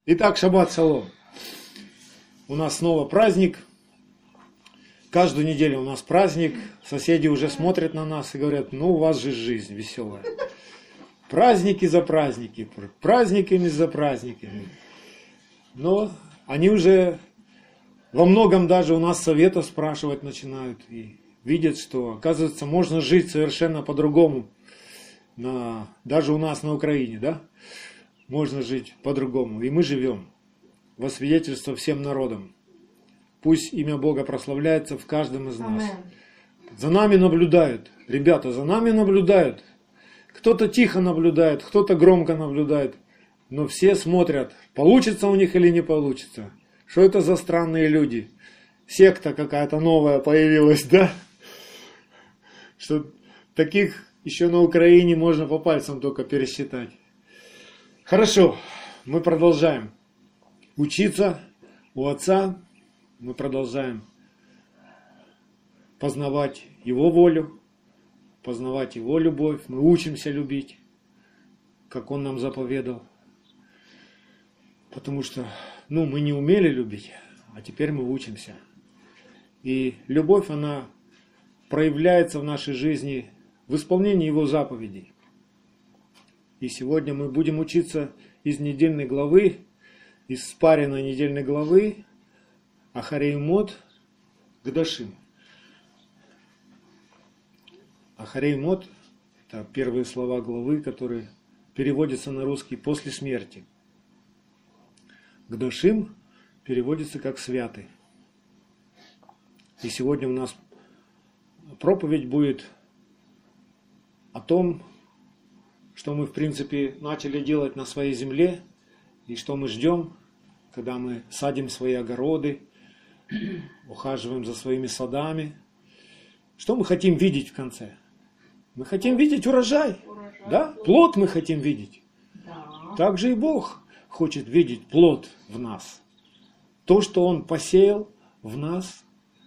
Итак, шаббат шалом. У нас снова праздник. Каждую неделю у нас праздник. Соседи уже смотрят на нас и говорят, ну у вас же жизнь веселая. Праздники за праздники, праздниками за праздниками. Но они уже во многом даже у нас совета спрашивать начинают. И видят, что, оказывается, можно жить совершенно по-другому. Даже у нас на Украине, да? Можно жить по-другому. И мы живем во свидетельство всем народам. Пусть имя Бога прославляется в каждом из нас. За нами наблюдают. Ребята, за нами наблюдают. Кто-то тихо наблюдает, кто-то громко наблюдает. Но все смотрят, получится у них или не получится. Что это за странные люди? Секта какая-то новая появилась, да? Что таких еще на Украине можно по пальцам только пересчитать. Хорошо, мы продолжаем учиться у Отца, мы продолжаем познавать Его волю, познавать Его любовь, мы учимся любить, как Он нам заповедал. Потому что, мы не умели любить, а теперь мы учимся. И любовь, она проявляется в нашей жизни в исполнении Его заповедей. И сегодня мы будем учиться из недельной главы, из спаренной недельной главы Ахарей Мот Кдашим. Ахарей Мот – это первые слова главы, которые переводятся на русский «после смерти». Кдашим переводится как «святый». И сегодня у нас проповедь будет о том, что мы, в принципе, начали делать на своей земле, и что мы ждем, когда мы садим свои огороды, ухаживаем за своими садами. Что мы хотим видеть в конце? Мы хотим видеть урожай, да? Плод мы хотим видеть. Да. Так же и Бог хочет видеть плод в нас. То, что Он посеял в нас,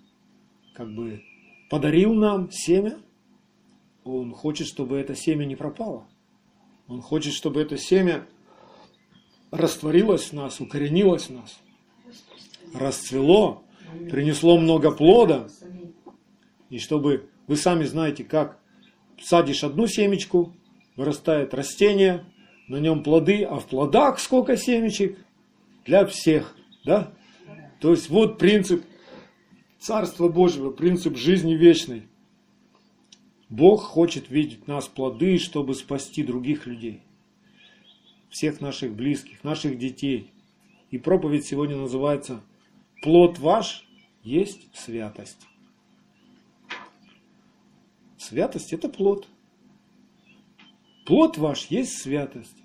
подарил нам семя, Он хочет, чтобы это семя не пропало. Он хочет, чтобы это семя растворилось в нас, укоренилось в нас, расцвело, принесло много плода. И чтобы, вы сами знаете, как садишь одну семечку, вырастает растение, на нем плоды, а в плодах сколько семечек? Для всех, да? То есть вот принцип Царства Божьего, принцип жизни вечной. Бог хочет видеть в нас плоды, чтобы спасти других людей. Всех наших близких, наших детей. И проповедь сегодня называется «Плод ваш есть святость». Святость – это плод. Плод ваш есть святость.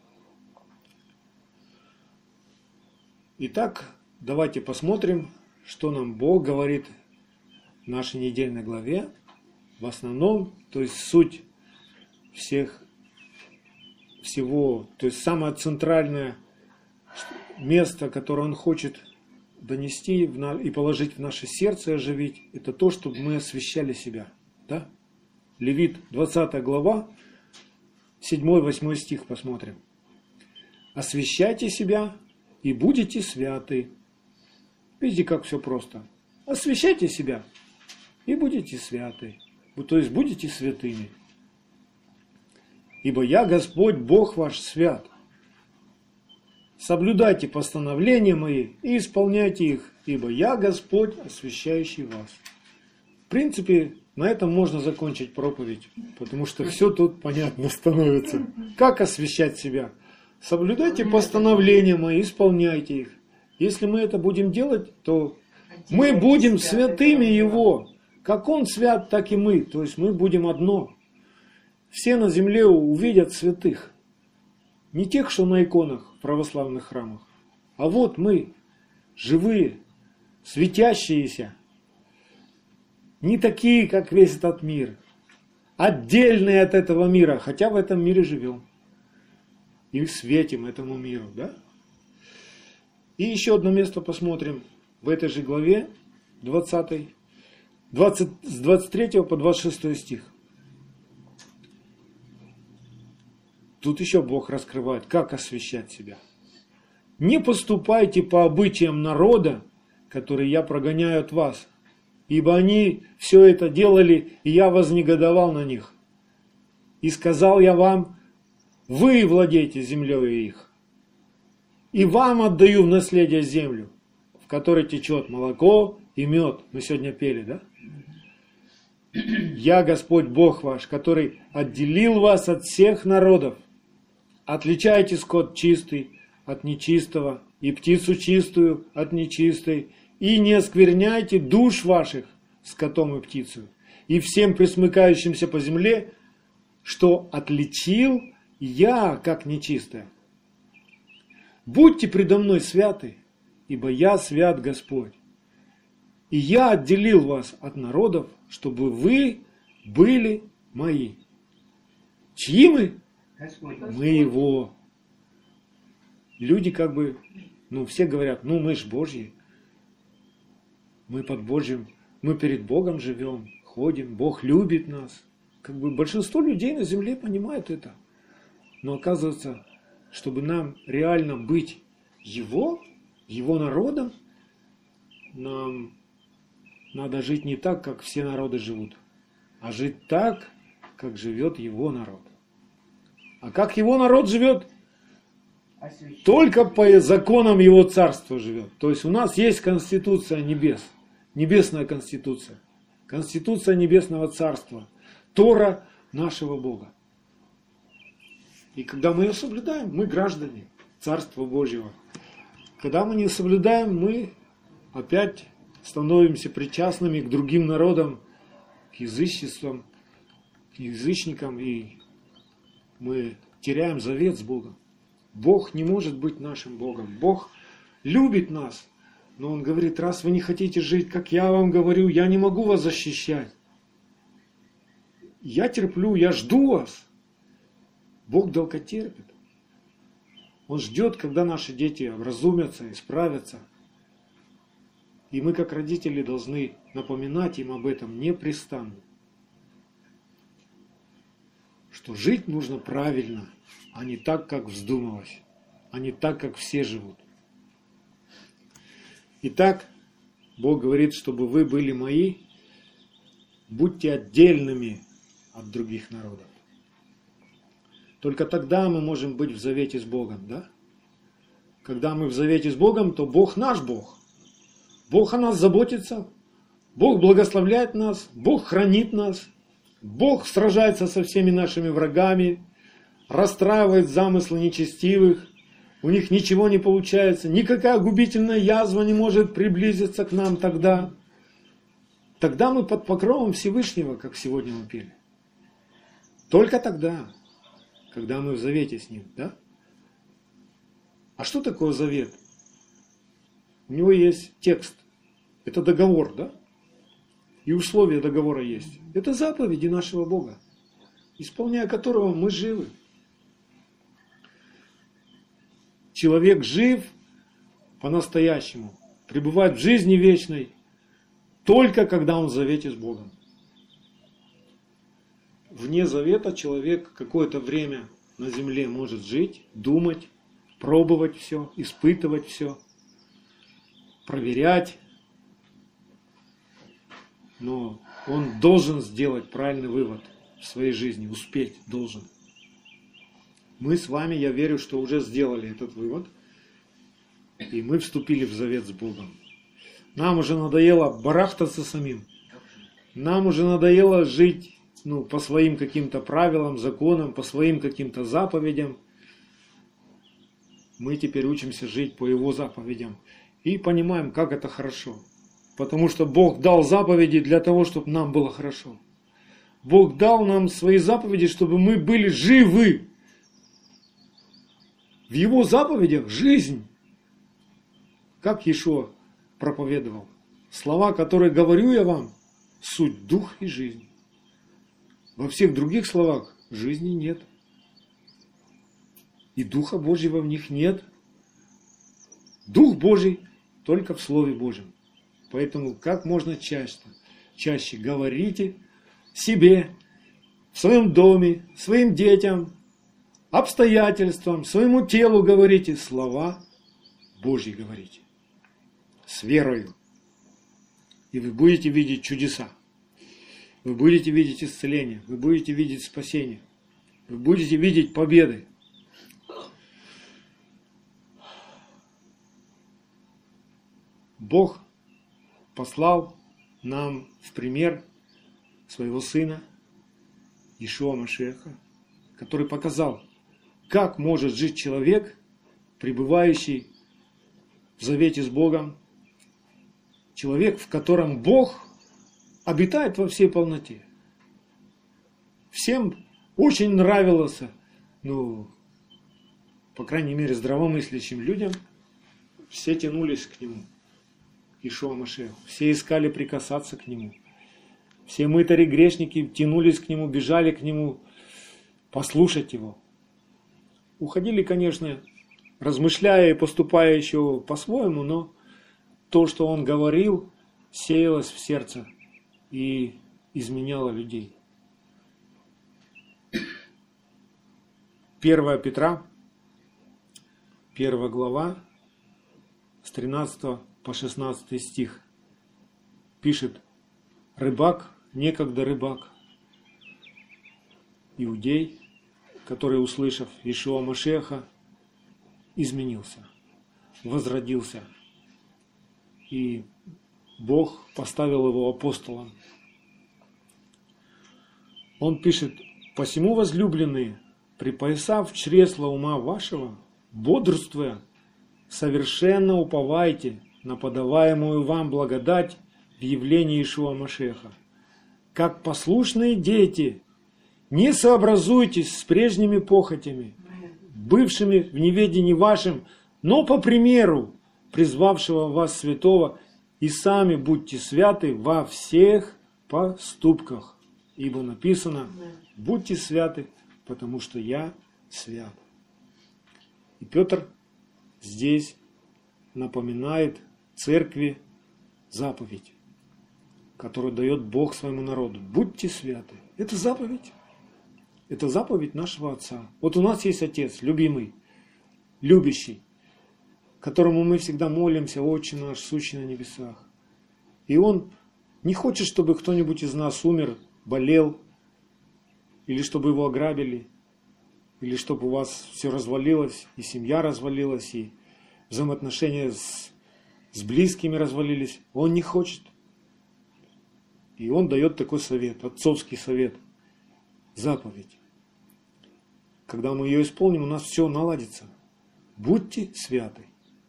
Итак, давайте посмотрим, что нам Бог говорит в нашей недельной главе. В основном, то есть суть всего, то есть самое центральное место, которое Он хочет донести и положить в наше сердце и оживить, это то, чтобы мы освящали себя. Да? Левит, 20 глава, 7-8 стих посмотрим. «Освящайте себя и будете святы». Видите, как все просто. Освящайте себя и будете святы. То есть будете святыми. Ибо я Господь, Бог ваш свят. Соблюдайте постановления мои и исполняйте их, ибо я Господь, освящающий вас. В принципе, на этом можно закончить проповедь, потому что все тут понятно становится. Как освящать себя? Соблюдайте постановления мои, исполняйте их. Если мы это будем делать, то мы будем святыми Его. Как Он свят, так и мы. То есть мы будем одно. Все на земле увидят святых. Не тех, что на иконах в православных храмах. А вот мы, живые, светящиеся. Не такие, как весь этот мир. Отдельные от этого мира. Хотя в этом мире живем. И светим этому миру. Да? И еще одно место посмотрим. В этой же главе, 20, с 23 по 26 стих. Тут еще Бог раскрывает, как освящать себя. не поступайте по обычаям народа, который я прогоняю от вас, ибо они все это делали, и я вознегодовал на них. И сказал я вам, вы владеете землей их, и вам отдаю в наследие землю, в которой течет молоко и мед. Мы сегодня пели, да? Я Господь Бог ваш, который отделил вас от всех народов. Отличайте скот чистый от нечистого, и птицу чистую от нечистой, и не оскверняйте душ ваших скотом и птицей, и всем пресмыкающимся по земле, что отличил я, как нечистое. Будьте предо мной святы, ибо я свят Господь. И я отделил вас от народов, чтобы вы были мои. Чьи мы? Господь. Мы Его. Люди все говорят, мы ж Божьи. Мы под Божьим, мы перед Богом живем, ходим, Бог любит нас. Большинство людей на земле понимают это. Но оказывается, чтобы нам реально быть Его народом, нам надо жить не так, как все народы живут, а жить так, как живет Его народ. А как Его народ живет? Только по законам Его царства живет. То есть у нас есть Конституция небес, небесная Конституция, Конституция Небесного Царства, Тора нашего Бога. И когда мы ее соблюдаем, мы граждане Царства Божьего. Когда мы не соблюдаем, мы опять становимся причастными к другим народам, к язычествам, к язычникам, и мы теряем завет с Богом. Бог не может быть нашим Богом. Бог любит нас, но Он говорит, раз вы не хотите жить, как я вам говорю, я не могу вас защищать. Я терплю, я жду вас. Бог долготерпит. Он ждет, когда наши дети образумятся, исправятся. И мы, как родители, должны напоминать им об этом непрестанно. Что жить нужно правильно, а не так, как вздумалось, а не так, как все живут. Итак, Бог говорит, чтобы вы были мои, будьте отдельными от других народов. Только тогда мы можем быть в завете с Богом, да? Когда мы в завете с Богом, то Бог наш Бог. Бог о нас заботится, Бог благословляет нас, Бог хранит нас, Бог сражается со всеми нашими врагами, расстраивает замыслы нечестивых, у них ничего не получается, никакая губительная язва не может приблизиться к нам тогда. Тогда мы под покровом Всевышнего, как сегодня мы пели. Только тогда, когда мы в завете с Ним, да? А что такое завет? У него есть текст. Это договор, да? И условия договора есть. Это заповеди нашего Бога, исполняя которого мы живы. Человек жив по-настоящему, пребывает в жизни вечной, только когда он в завете с Богом. Вне завета человек какое-то время на земле может жить, думать, пробовать все, испытывать все, проверять. Но он должен сделать правильный вывод в своей жизни, успеть должен. Мы с вами, я верю, что уже сделали этот вывод, и мы вступили в завет с Богом. Нам уже надоело барахтаться самим, нам уже надоело жить по своим каким-то правилам, законам, по своим каким-то заповедям. Мы теперь учимся жить по Его заповедям и понимаем, как это хорошо. Потому что Бог дал заповеди для того, чтобы нам было хорошо. Бог дал нам свои заповеди, чтобы мы были живы. В Его заповедях жизнь. Как Иешуа проповедовал. Слова, которые говорю я вам, суть дух и жизнь. Во всех других словах жизни нет. И Духа Божьего в них нет. Дух Божий только в Слове Божьем. Поэтому как можно чаще говорите себе, в своем доме, своим детям, обстоятельствам, своему телу говорите слова Божьей говорите. С верою. И вы будете видеть чудеса. Вы будете видеть исцеление. Вы будете видеть спасение. Вы будете видеть победы. Бог послал нам в пример своего Сына Иешуа Машиаха, который показал, как может жить человек, пребывающий в завете с Богом, человек, в котором Бог обитает во всей полноте. Всем очень нравилось, по крайней мере, здравомыслящим людям, все тянулись к Нему, Иешуа Машиаху, все искали прикасаться к Нему. Все мытари, грешники тянулись к Нему, бежали к Нему, послушать Его. Уходили, конечно, размышляя и поступая еще по-своему, но то, что Он говорил, сеялось в сердце и изменяло людей. 1 Петра, 1 глава, с 13 по 16 стих пишет: рыбак, некогда рыбак, иудей, который, услышав Иешуа Машиаха, изменился, возродился. И Бог поставил его апостолом. Он пишет: «Посему, возлюбленные, припоясав чресла ума вашего, бодрствуя, совершенно уповайте на подаваемую вам благодать в явлении Иешуа Машиаха. Как послушные дети, не сообразуйтесь с прежними похотями, бывшими в неведении вашим, но по примеру призвавшего вас святого, и сами будьте святы во всех поступках. Ибо написано: будьте святы, потому что я свят». И Петр здесь напоминает церкви заповедь, которую дает Бог своему народу. Будьте святы. Это заповедь. Это заповедь нашего Отца. Вот у нас есть Отец, любимый, любящий, которому мы всегда молимся: «Отче наш, сущий на небесах». И Он не хочет, чтобы кто-нибудь из нас умер, болел, или чтобы его ограбили, или чтобы у вас все развалилось, и семья развалилась, и взаимоотношения с близкими развалились. Он не хочет. И Он дает такой совет, отцовский совет, заповедь. Когда мы ее исполним, у нас все наладится. Будьте святы.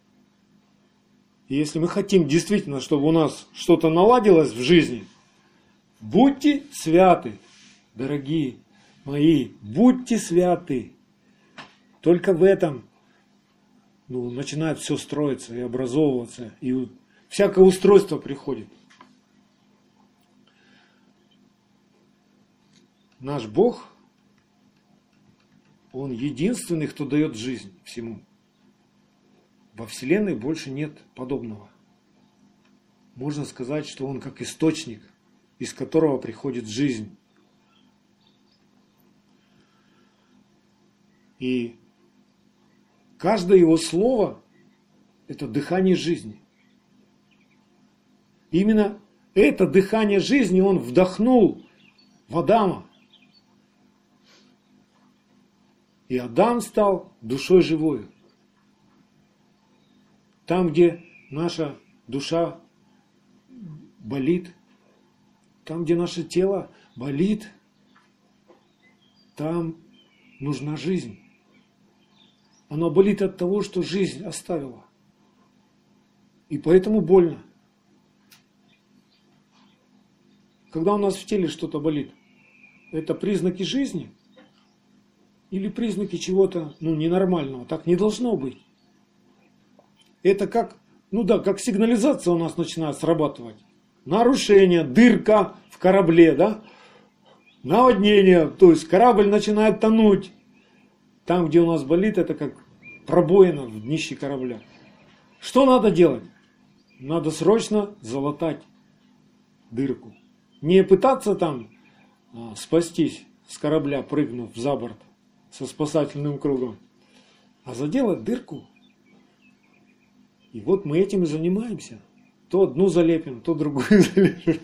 И если мы хотим действительно, чтобы у нас что-то наладилось в жизни, будьте святы, дорогие мои, будьте святы. Только в этом начинает все строиться и образовываться, и всякое устройство приходит. Наш Бог, Он единственный, кто дает жизнь всему. Во Вселенной больше нет подобного. Можно сказать, что Он как источник, из которого приходит жизнь. И каждое Его слово – это дыхание жизни. Именно это дыхание жизни Он вдохнул в Адама. И Адам стал душой живой. Там, где наша душа болит, там, где наше тело болит, там нужна жизнь. Оно болит от того, что жизнь оставила. И поэтому больно. Когда у нас в теле что-то болит, это признаки жизни или признаки чего-то ненормального? Так не должно быть. Это как сигнализация у нас начинает срабатывать. Нарушение, дырка в корабле, да? Наводнение, то есть корабль начинает тонуть. Там, где у нас болит, это как пробоина в днище корабля. Что надо делать? Надо срочно залатать дырку. Не пытаться там спастись с корабля, прыгнув за борт со спасательным кругом, а заделать дырку. И вот мы этим и занимаемся. То одну залепим, то другую залепим.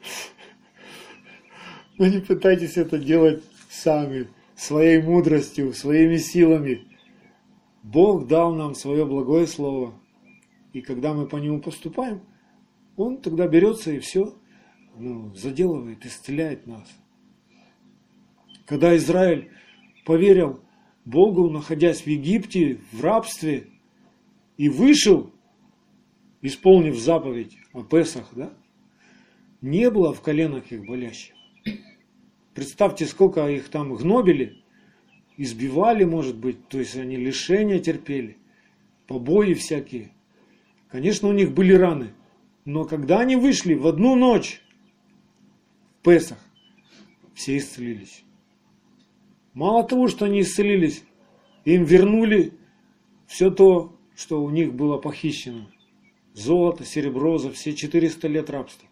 Но не пытайтесь это делать сами, своей мудростью, своими силами. Бог дал нам свое благое слово. И когда мы по нему поступаем, Он тогда берется и все заделывает, исцеляет нас. Когда Израиль поверил Богу, находясь в Египте, в рабстве, и вышел, исполнив заповедь о Песах, да, не было в коленах их болящих. Представьте, сколько их там гнобили, избивали, может быть, то есть они лишения терпели, побои всякие. Конечно, у них были раны, но когда они вышли в одну ночь в Песах, все исцелились. Мало того, что они исцелились, им вернули все то, что у них было похищено. Золото, серебро за все 400 лет рабства.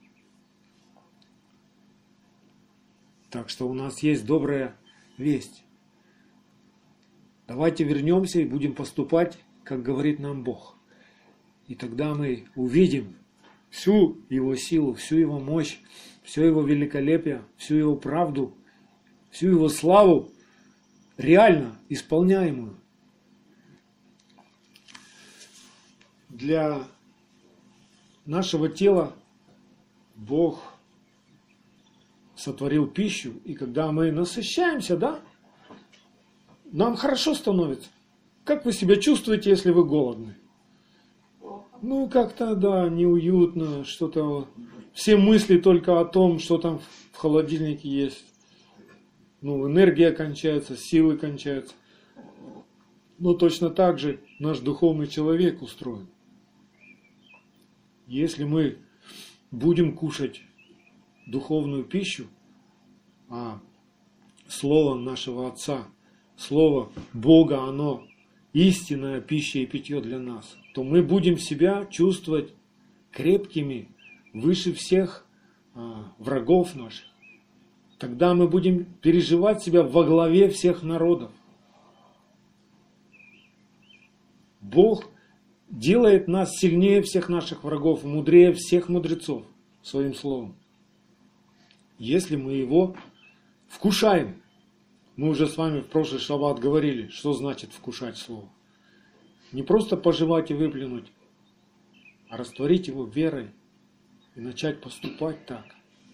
Так что у нас есть добрая весть. Давайте вернемся и будем поступать, как говорит нам Бог. И тогда мы увидим всю Его силу, всю Его мощь, все Его великолепие, всю Его правду, всю Его славу, реально исполняемую. Для нашего тела Бог сотворил пищу, и когда мы насыщаемся, да, нам хорошо становится. Как вы себя чувствуете, если вы голодны? Ну, как-то, да, неуютно, что-то... Все мысли только о том, что там в холодильнике есть. Ну, энергия кончается, силы кончаются. Но точно так же наш духовный человек устроен. Если мы будем кушать духовную пищу, а Слово нашего Отца, Слово Бога, оно истинная пища и питье для нас, то мы будем себя чувствовать крепкими, выше всех врагов наших. Тогда мы будем переживать себя во главе всех народов. Бог делает нас сильнее всех наших врагов, мудрее всех мудрецов своим словом. Если мы его вкушаем. Мы уже с вами в прошлый шаббат говорили, что значит вкушать слово. Не просто пожевать и выплюнуть, а растворить его верой и начать поступать так.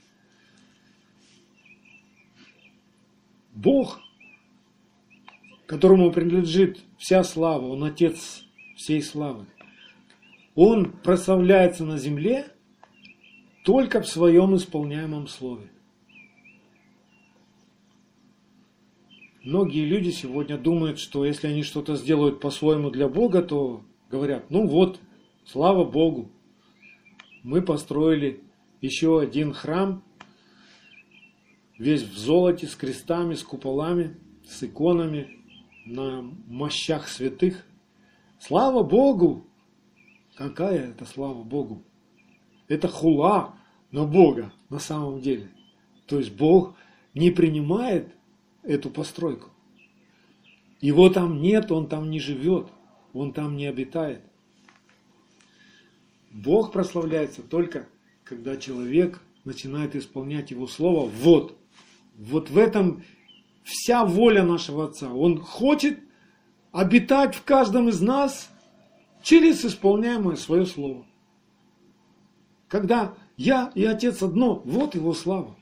Бог, которому принадлежит вся слава, Он Отец всей славы, Он прославляется на земле только в своем исполняемом слове. Многие люди сегодня думают, что если они что-то сделают по-своему для Бога, то говорят, ну вот, слава Богу, мы построили еще один храм, весь в золоте, с крестами, с куполами, с иконами, на мощах святых. Слава Богу! Какая это слава Богу? Это хула на Бога на самом деле. То есть Бог не принимает эту постройку. Его там нет, Он там не живет, Он там не обитает. Бог прославляется только, когда человек начинает исполнять Его Слово. Вот в этом вся воля нашего Отца. Он хочет обитать в каждом из нас через исполняемое свое Слово. Когда я и Отец одно, вот Его слава.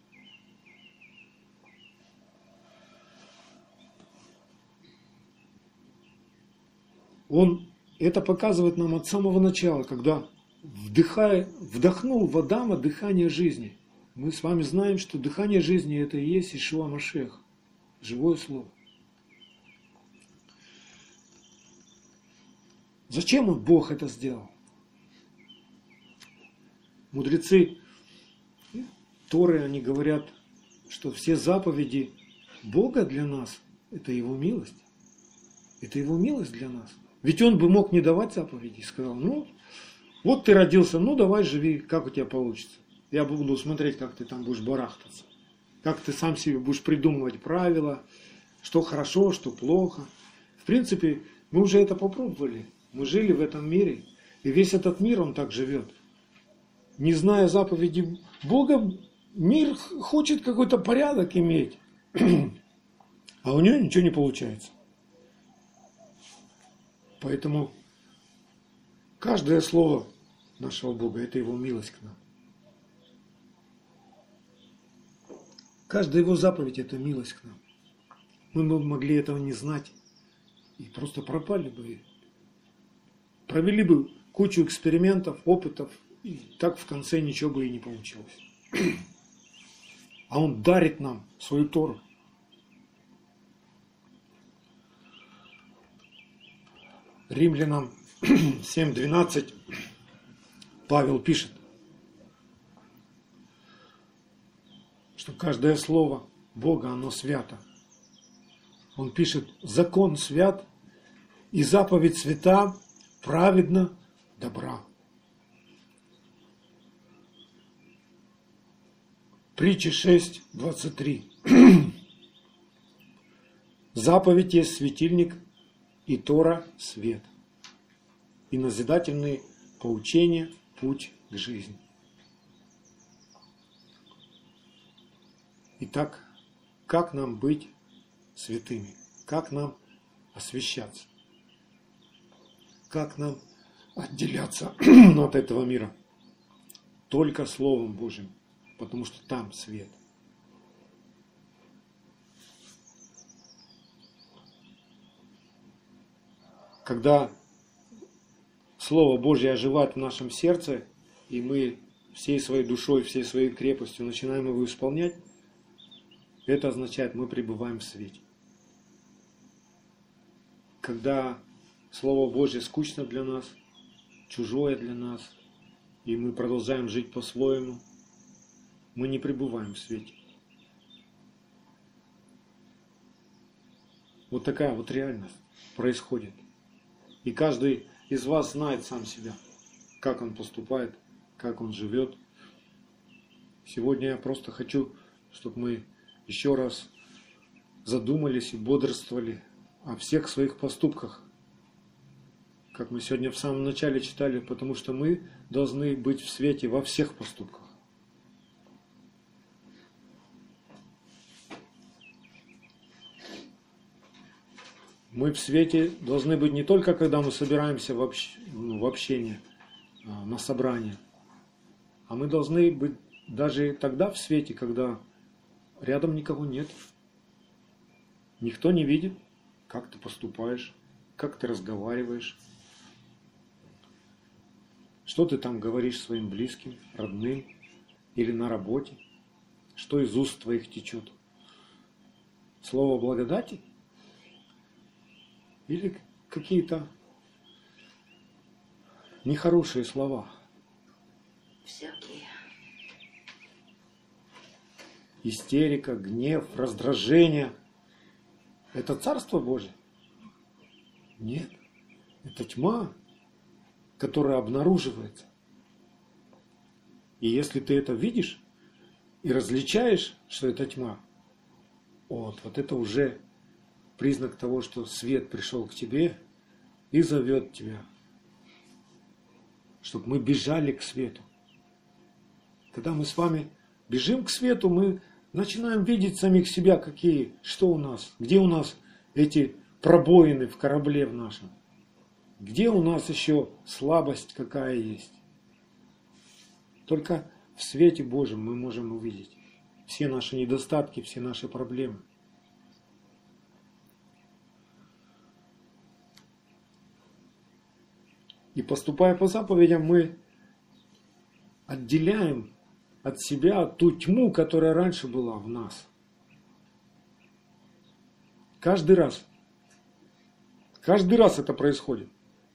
Он это показывает нам от самого начала, когда вдохнул в Адама дыхание жизни. Мы с вами знаем, что дыхание жизни это и есть Иешуа Машиах, живое слово. Зачем Бог это сделал? Мудрецы Торы, они говорят, что все заповеди Бога для нас – это Его милость. Это Его милость для нас. Ведь Он бы мог не давать заповеди. Сказал, ну, вот ты родился, ну давай живи, как у тебя получится. Я буду смотреть, как ты там будешь барахтаться. Как ты сам себе будешь придумывать правила, что хорошо, что плохо. В принципе, мы уже это попробовали. Мы жили в этом мире. И весь этот мир, он так живет. Не зная заповеди Бога, мир хочет какой-то порядок иметь. А у него ничего не получается. Поэтому каждое слово нашего Бога – это Его милость к нам. Каждая Его заповедь – это милость к нам. Мы бы могли этого не знать и просто пропали бы. Провели бы кучу экспериментов, опытов, и так в конце ничего бы и не получилось. А Он дарит нам свою Тору. Римлянам 7:12 Павел пишет, что каждое слово Бога, оно свято. Он пишет, закон свят, и заповедь свята, праведна, добра. Притча 6:23. Заповедь есть светильник, и Тора – свет, и назидательные поучения – путь к жизни. Итак, как нам быть святыми? Как нам освящаться? Как нам отделяться от этого мира? Только Словом Божьим, потому что там свет. Когда Слово Божье оживает в нашем сердце, и мы всей своей душой, всей своей крепостью начинаем его исполнять, это означает, мы пребываем в свете. Когда Слово Божье скучно для нас, чужое для нас, и мы продолжаем жить по-своему, мы не пребываем в свете. Вот такая вот реальность происходит. И каждый из вас знает сам себя, как он поступает, как он живет. Сегодня я просто хочу, чтобы мы еще раз задумались и бодрствовали о всех своих поступках. Как мы сегодня в самом начале читали, потому что мы должны быть в свете во всех поступках. Мы в свете должны быть не только, когда мы собираемся в общение, на собрание, а мы должны быть даже тогда в свете, когда рядом никого нет. Никто не видит, как ты поступаешь, как ты разговариваешь, что ты там говоришь своим близким, родным или на работе, что из уст твоих течет. Слово благодати? Или какие-то нехорошие слова. Всякие. Истерика, гнев, раздражение. Это Царство Божие? Нет. Это тьма, которая обнаруживается. И если ты это видишь и различаешь, что это тьма, вот это уже признак того, что свет пришел к тебе и зовет тебя, чтобы мы бежали к свету. Когда мы с вами бежим к свету, мы начинаем видеть самих себя, что у нас, где у нас эти пробоины в корабле в нашем, где у нас еще слабость какая есть. Только в свете Божьем мы можем увидеть все наши недостатки, все наши проблемы. И поступая по заповедям, мы отделяем от себя ту тьму, которая раньше была в нас. Каждый раз. Каждый раз это происходит.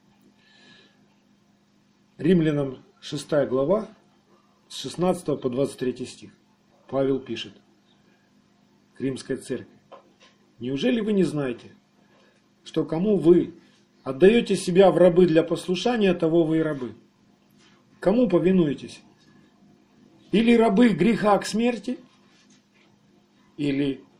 Римлянам 6 глава, с 16 по 23 стих. Павел пишет к Римской церкви. Неужели вы не знаете, что кому вы отдаете себя в рабы для послушания, того вы и рабы? Кому повинуетесь? Или рабы греха к смерти, или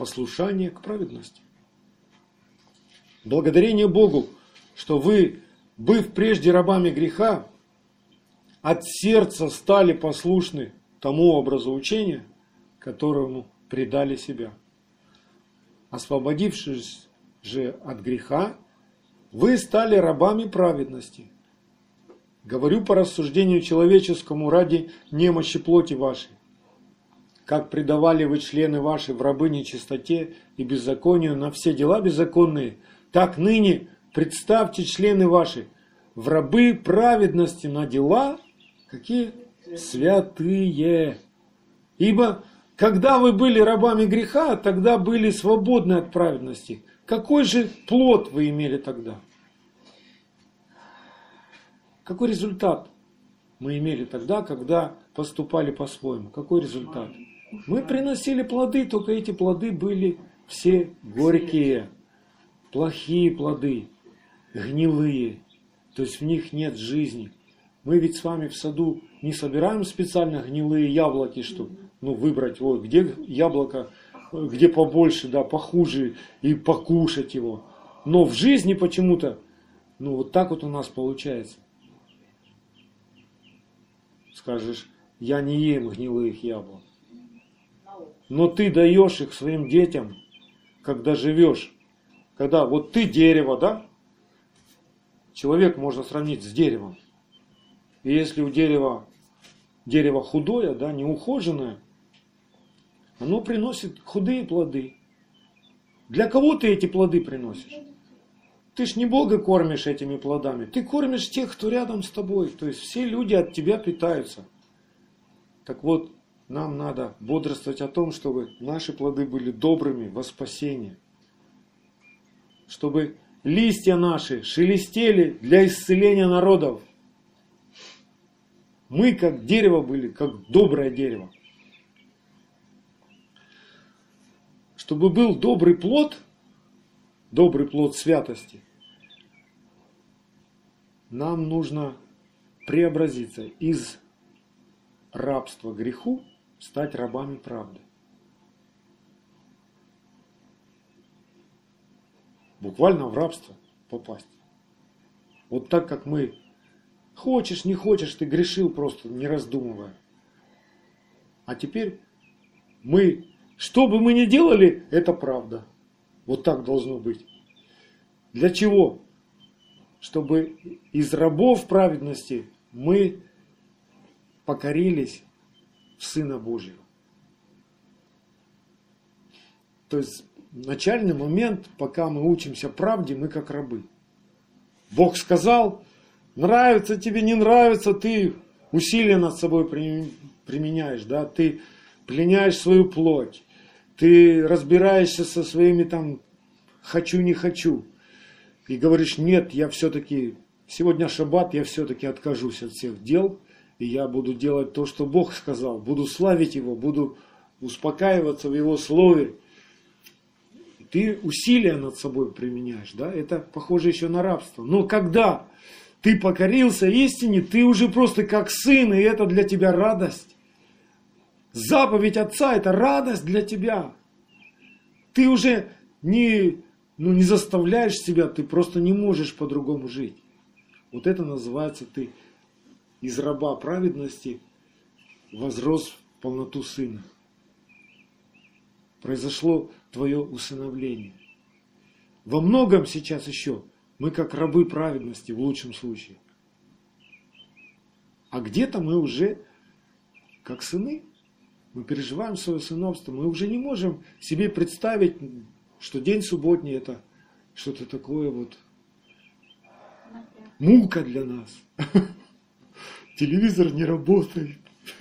послушание к праведности? Благодарение Богу, что вы быв прежде рабами греха, от сердца стали послушны тому образу учения, которому предали себя. Освободившись же от греха, вы стали рабами праведности. Говорю по рассуждению человеческому ради немощи плоти вашей. Как предавали вы члены ваши в рабы нечистоте и беззаконию на все дела беззаконные, так ныне представьте члены ваши в рабы праведности на дела, какие? Святые. Ибо когда вы были рабами греха, тогда были свободны от праведности. Какой же плод вы имели тогда? Какой результат мы имели тогда, когда поступали по-своему? Какой результат? Мы приносили плоды, только эти плоды были все горькие, плохие плоды, гнилые. То есть в них нет жизни. Мы ведь с вами в саду не собираем специально гнилые яблоки, чтобы выбрать, где яблоко, где побольше, да, похуже, и покушать его. Но в жизни почему-то, вот так вот у нас получается. Скажешь, я не ем гнилых яблок. Но ты даешь их своим детям, когда живешь. Когда вот ты дерево, да? Человек можно сравнить с деревом. И если у дерева худое, да, неухоженное, оно приносит худые плоды. Для кого ты эти плоды приносишь? Ты ж не Бога кормишь этими плодами. Ты кормишь тех, кто рядом с тобой. То есть все люди от тебя питаются. Так вот, нам надо бодрствовать о том, чтобы наши плоды были добрыми во спасение. Чтобы листья наши шелестели для исцеления народов. Мы как дерево были, как доброе дерево. Чтобы был добрый плод святости, нам нужно преобразиться из рабства греху, стать рабами правды. Буквально в рабство попасть. Вот так как мы, хочешь, не хочешь, ты грешил просто, не раздумывая. А теперь что бы мы ни делали, это правда. Вот так должно быть. Для чего? Чтобы из рабов праведности мы покорились в Сына Божьего. То есть начальный момент, пока мы учимся правде, мы как рабы. Бог сказал, нравится тебе, не нравится, ты усилия над собой применяешь, да? Ты пленяешь свою плоть, ты разбираешься со своими хочу, не хочу. И говоришь, нет, я все-таки, сегодня шаббат, я все-таки откажусь от всех дел, и я буду делать то, что Бог сказал, буду славить Его, буду успокаиваться в Его Слове. Ты усилия над собой применяешь, да? Это похоже еще на рабство. Но когда ты покорился истине, ты уже просто как сын, и это для тебя радость. Заповедь Отца – это радость для тебя. Ты уже не заставляешь себя, ты просто не можешь по-другому жить. Вот это называется, ты из раба праведности возрос в полноту сына. Произошло твое усыновление. Во многом сейчас еще мы как рабы праведности в лучшем случае. А где-то мы уже как сыны. Мы переживаем свое сыновство. Мы уже не можем себе представить, что день субботний это что-то такое вот мука для нас. Телевизор не работает.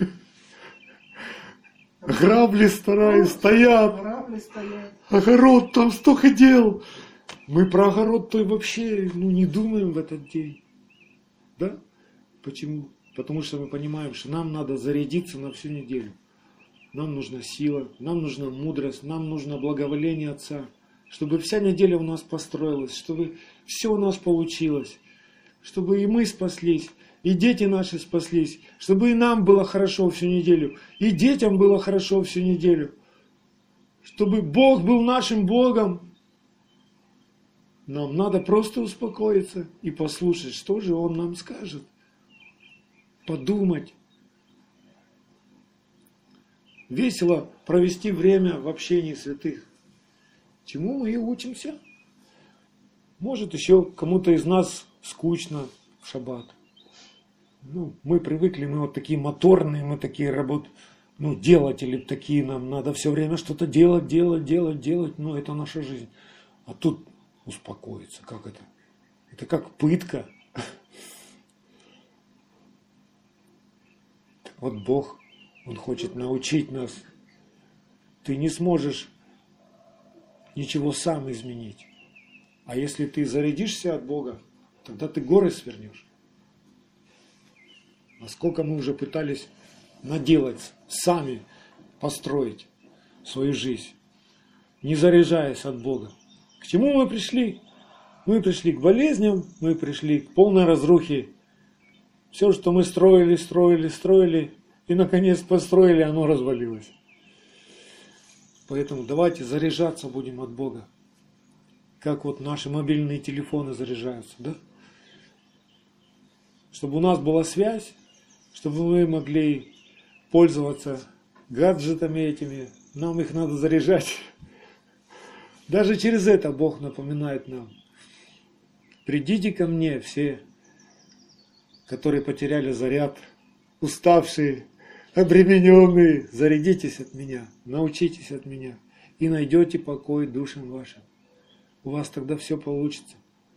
Грабли старые стоят. Огород, там столько дел. Мы про огород-то вообще не думаем в этот день. Да? Почему? Потому что мы понимаем, что нам надо зарядиться на всю неделю. Нам нужна сила, нам нужна мудрость, нам нужно благоволение Отца. Чтобы вся неделя у нас построилась, чтобы все у нас получилось. Чтобы и мы спаслись, и дети наши спаслись. Чтобы и нам было хорошо всю неделю, и детям было хорошо всю неделю. Чтобы Бог был нашим Богом. Нам надо просто успокоиться и послушать, что же Он нам скажет. Подумать. Весело провести время в общении святых. Чему мы и учимся? Может, еще кому-то из нас скучно в шаббат. Мы привыкли, мы вот такие моторные, мы такие делатели такие, нам надо все время что-то делать, это наша жизнь. А тут успокоиться, как это? Это как пытка. Вот Бог, Он хочет научить нас. Ты не сможешь ничего сам изменить. А если ты зарядишься от Бога, тогда ты горы свернешь. А сколько мы уже пытались наделать, сами построить свою жизнь, не заряжаясь от Бога. К чему мы пришли? Мы пришли к болезням, мы пришли к полной разрухе. Все, что мы строили, и наконец построили, оно развалилось. Поэтому давайте заряжаться будем от Бога. Как вот наши мобильные телефоны заряжаются, да? Чтобы у нас была связь, чтобы мы могли пользоваться гаджетами этими, нам их надо заряжать. Даже через это Бог напоминает нам. Придите ко мне все, которые потеряли заряд, уставшие, обремененные, зарядитесь от меня, научитесь от меня и найдете покой душам вашим. У вас тогда все получится.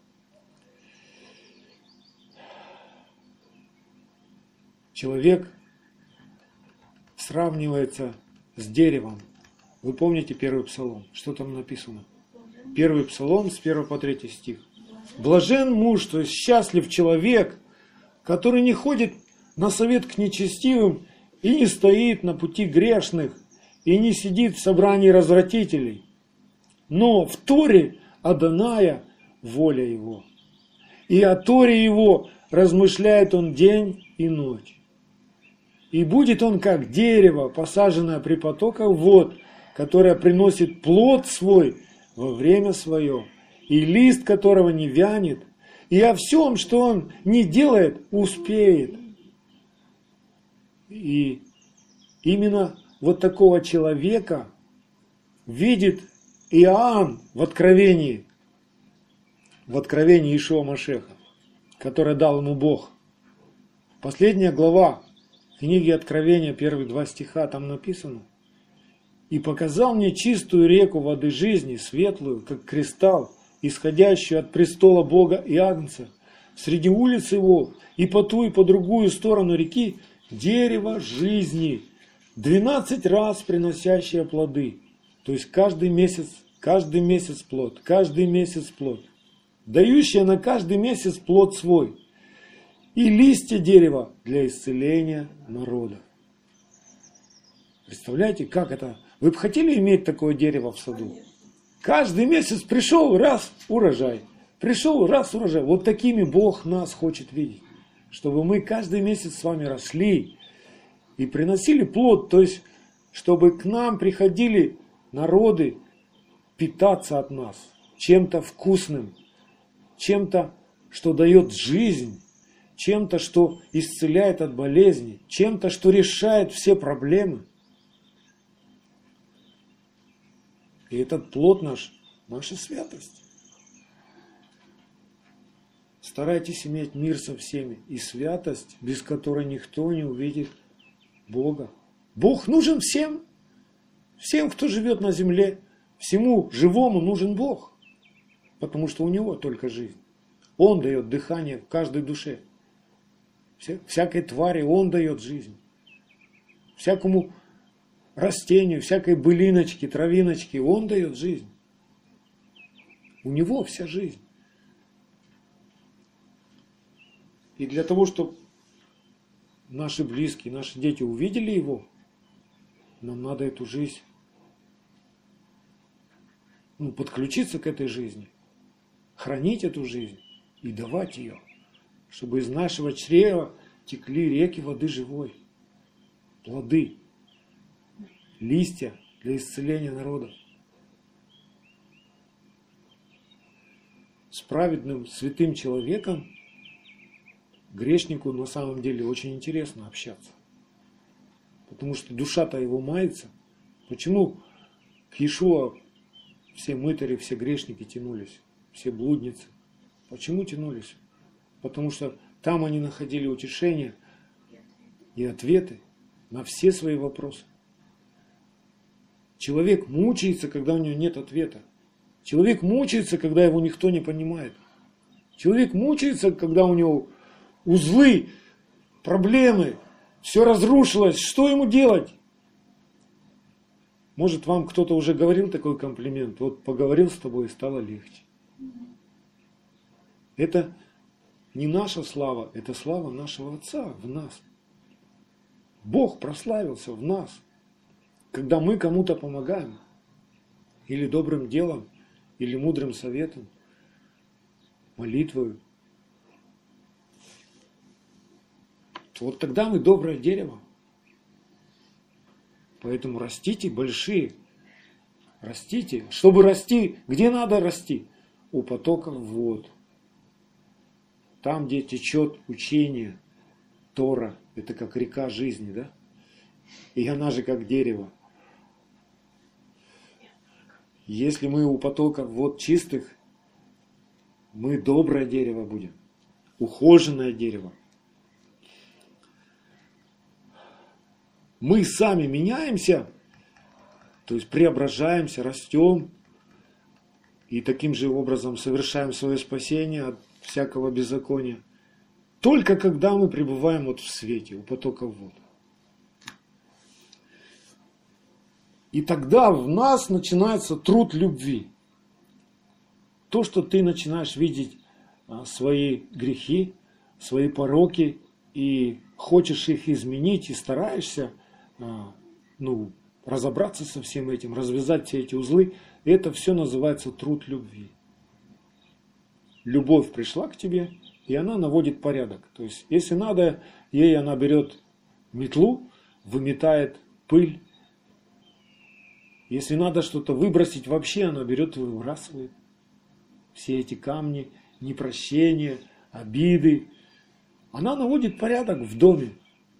Человек сравнивается с деревом. Вы помните первый псалом? Что там написано? Первый псалом с 1 по 3 стих. Блажен муж, то есть счастлив человек, который не ходит на совет к нечестивым и не стоит на пути грешных, и не сидит в собрании развратителей. Но в Торе Адоная воля его. И о Торе его размышляет он день и ночь. И будет он как дерево, посаженное при потоках вод, которое приносит плод свой во время свое, и лист которого не вянет, и о всем, что он не делает, успеет. И именно вот такого человека видит Иоанн в откровении Иешуа Машеха, которое дал ему Бог. Последняя глава книги Откровения, первые 2 стиха, там написано: «И показал мне чистую реку воды жизни, светлую, как кристалл, исходящую от престола Бога и Агнца, среди улиц его, и по ту, и по другую сторону реки, дерево жизни, 12 раз приносящее плоды». То есть каждый месяц плод, дающее на каждый месяц плод свой, и листья дерева для исцеления народов. Представляете, как это? Вы бы хотели иметь такое дерево в саду? Каждый месяц пришел, раз, урожай. Пришел, раз, урожай. Вот такими Бог нас хочет видеть. Чтобы мы каждый месяц с вами росли и приносили плод. То есть, чтобы к нам приходили народы питаться от нас чем-то вкусным, чем-то, что дает жизнь, чем-то, что исцеляет от болезней, чем-то, что решает все проблемы. И этот плод наша святость. Старайтесь иметь мир со всеми и святость, без которой никто не увидит Бога. Бог нужен всем, кто живет на земле. Всему живому нужен Бог, потому что у Него только жизнь. Он дает дыхание в каждой душе. Всякой твари Он дает жизнь. Всякому растению, всякой былиночке, травиночке Он дает жизнь. У Него вся жизнь. И для того, чтобы наши близкие, наши дети увидели Его, нам надо эту жизнь, подключиться к этой жизни, хранить эту жизнь и давать ее, чтобы из нашего чрева текли реки воды живой, плоды, листья для исцеления народов. с праведным, святым человеком, грешнику на самом деле очень интересно общаться. Потому что душа-то его мается. Почему к Иешуа все мытари, все грешники тянулись, все блудницы? Почему тянулись? Потому что там они находили утешение и ответы на все свои вопросы. Человек мучается, когда у него нет ответа. Человек мучается, когда его никто не понимает. Человек мучается, когда у него узлы, проблемы, все разрушилось. Что ему делать? Может, вам кто-то уже говорил такой комплимент? Вот поговорил с тобой и стало легче. Это не наша слава, это слава нашего Отца в нас. Бог прославился в нас, когда мы кому-то помогаем. Или добрым делом, или мудрым советом, молитвою. Вот тогда мы доброе дерево. Поэтому растите большие. Растите. Чтобы расти, где надо расти? У потоков вод. Там, где течет учение, Тора. Это как река жизни, да? И она же как дерево. Если мы у потоков вод чистых, мы доброе дерево будем. Ухоженное дерево. Мы сами меняемся, то есть преображаемся, растем и таким же образом совершаем свое спасение от всякого беззакония. Только когда мы пребываем вот в свете, у потоков вод. И тогда в нас начинается труд любви. То, что ты начинаешь видеть свои грехи, свои пороки, и хочешь их изменить, и стараешься разобраться со всем этим, развязать все эти узлы, это все называется труд любви. Любовь пришла к тебе, и она наводит порядок. То есть, если надо, ей она берет метлу, выметает пыль. Если надо что-то выбросить вообще, она берет и выбрасывает. Все эти камни, непрощения, обиды. Она наводит порядок в доме.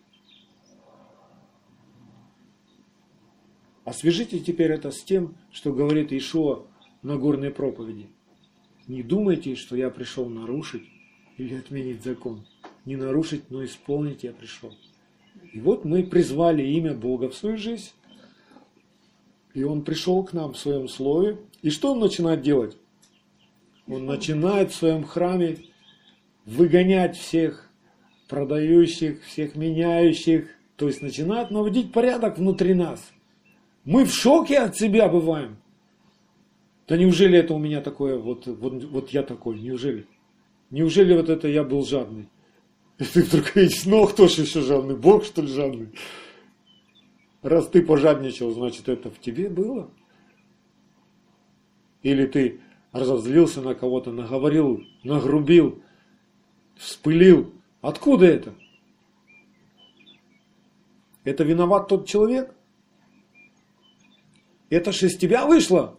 Освяжите теперь это с тем, что говорит Иешуа в Нагорной проповеди. Не думайте, что я пришел нарушить или отменить закон. Не нарушить, но исполнить я пришел. И вот мы призвали имя Бога в свою жизнь. И Он пришел к нам в своем слове. И что Он начинает делать? Он начинает в своем храме выгонять всех продающих, всех меняющих. То есть начинает наводить порядок внутри нас. Мы в шоке от себя бываем. Да неужели это у меня такое, вот я такой, неужели? Неужели вот это я был жадный? И ты вдруг видишь, ну кто же еще жадный? Бог, что ли, жадный? Раз ты пожадничал, значит, это в тебе было. Или ты разозлился на кого-то, наговорил, нагрубил, вспылил. Откуда это? Это виноват тот человек? Это же из тебя вышло?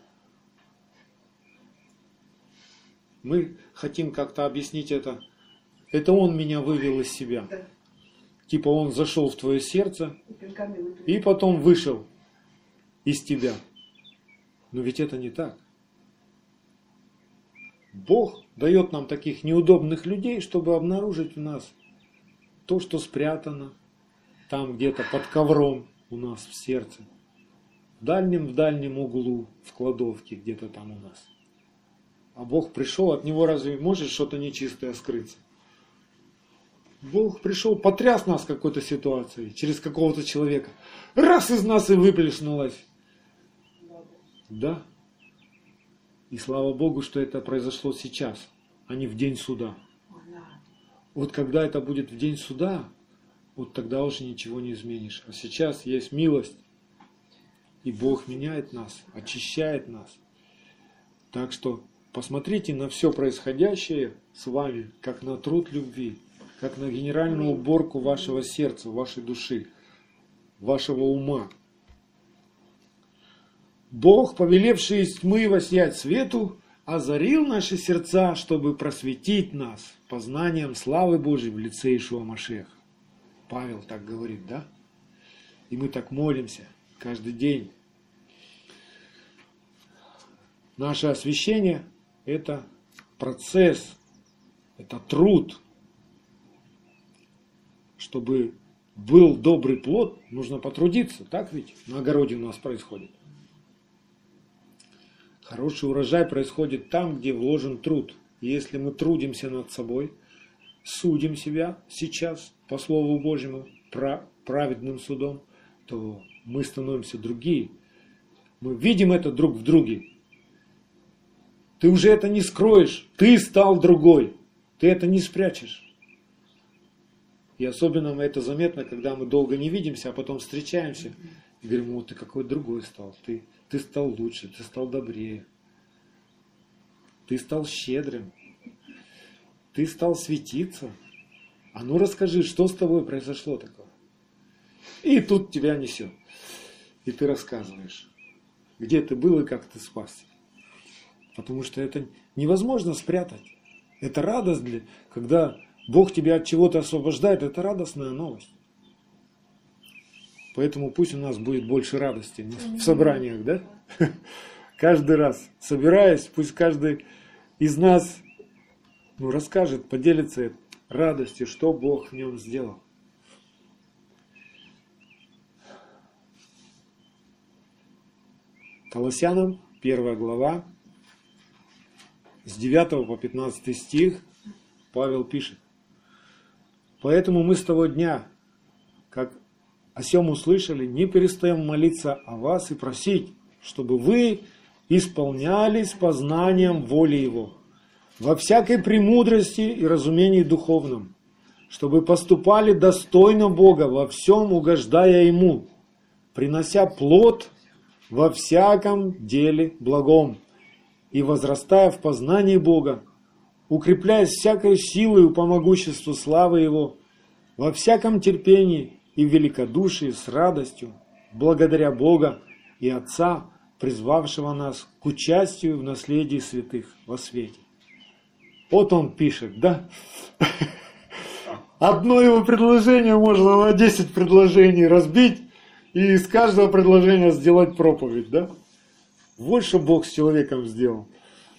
Мы хотим как-то объяснить это. Это он меня вывел из себя. Типа он зашел в твое сердце и потом вышел из тебя. Но ведь это не так. Бог дает нам таких неудобных людей, чтобы обнаружить в нас то, что спрятано там где-то под ковром у нас в сердце. В дальнем углу, в кладовке где-то там у нас. А Бог пришел, от него разве может что-то нечистое скрыться? Бог пришел, потряс нас какой-то ситуацией, через какого-то человека. Раз из нас и выплеснулось. Да. И слава Богу, что это произошло сейчас, а не в день суда. Вот когда это будет в день суда, вот тогда уже ничего не изменишь. А сейчас есть милость. И Бог меняет нас, очищает нас. Так что посмотрите на все происходящее с вами, как на труд любви, как на генеральную уборку вашего сердца, вашей души, вашего ума. Бог, повелевший из тьмы воссиять свету, озарил наши сердца, чтобы просветить нас познанием славы Божьей в лице Иешуа Машиаха. Павел так говорит, да? И мы так молимся каждый день. Наше освящение – это процесс, это труд. Чтобы был добрый плод, нужно потрудиться. Так ведь на огороде у нас происходит. Хороший урожай происходит там, где вложен труд. И если мы трудимся над собой, судим себя сейчас по Слову Божьему праведным судом, то мы становимся другие. Мы видим это друг в друге. Ты уже это не скроешь. Ты стал другой. Ты это не спрячешь. И особенно это заметно, когда мы долго не видимся, а потом встречаемся. И говорим, вот ты какой другой стал. Ты стал лучше, ты стал добрее. Ты стал щедрым. Ты стал светиться. А ну расскажи, что с тобой произошло такое? И тут тебя несет. И ты рассказываешь, где ты был и как ты спасся. Потому что это невозможно спрятать. Это радость, когда Бог тебя от чего-то освобождает, это радостная новость. Поэтому пусть у нас будет больше радости в собраниях, да? Каждый раз, собираясь, пусть каждый из нас расскажет, поделится радостью, что Бог в нем сделал. Колоссянам, 1 глава, с 9 по 15 стих, Павел пишет. Поэтому мы с того дня, как о сем услышали, не перестаем молиться о вас и просить, чтобы вы исполнялись познанием воли Его, во всякой премудрости и разумении духовном, чтобы поступали достойно Бога, во всем угождая Ему, принося плод во всяком деле благом и возрастая в познании Бога, укрепляясь всякой силой по могуществу славы Его, во всяком терпении и великодушии с радостью, благодаря Бога и Отца, призвавшего нас к участию в наследии святых во свете. Вот он пишет, да? Одно его предложение можно на 10 предложений разбить и из каждого предложения сделать проповедь, да? Вот что Бог с человеком сделал.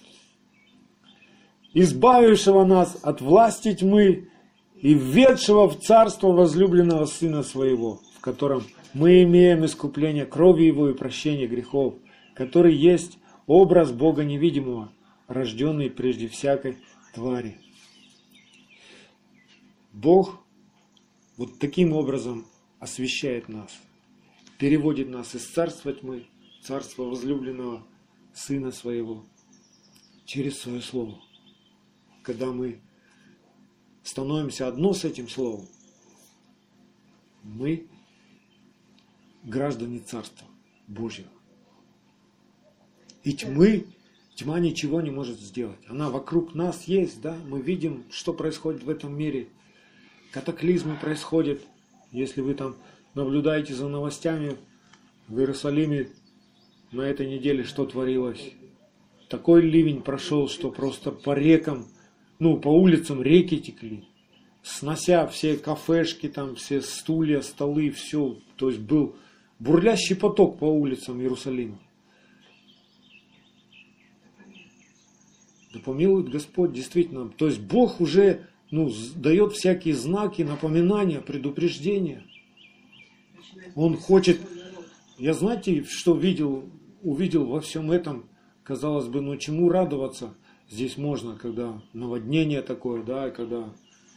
Избавившего нас от власти тьмы и введшего в царство возлюбленного Сына Своего, в котором мы имеем искупление крови Его и прощение грехов, который есть образ Бога невидимого, рожденный прежде всякой твари. Бог вот таким образом освящает нас, переводит нас из царства тьмы в царство возлюбленного Сына Своего через Свое Слово. Когда мы становимся одно с этим Словом, мы граждане Царства Божьего. И тьма ничего не может сделать. Она вокруг нас есть, да? Мы видим, что происходит в этом мире. Катаклизмы происходят. Если вы там наблюдаете за новостями в Иерусалиме на этой неделе, что творилось. Такой ливень прошел, что просто по рекам, по улицам реки текли. Снося все кафешки, там все стулья, столы, все. То есть был бурлящий поток по улицам Иерусалима. Да помилует Господь, действительно. То есть Бог уже дает всякие знаки, напоминания, предупреждения. Он хочет... Я знаете, что увидел во всем этом? Казалось бы, чему радоваться здесь можно, когда наводнение такое, да, когда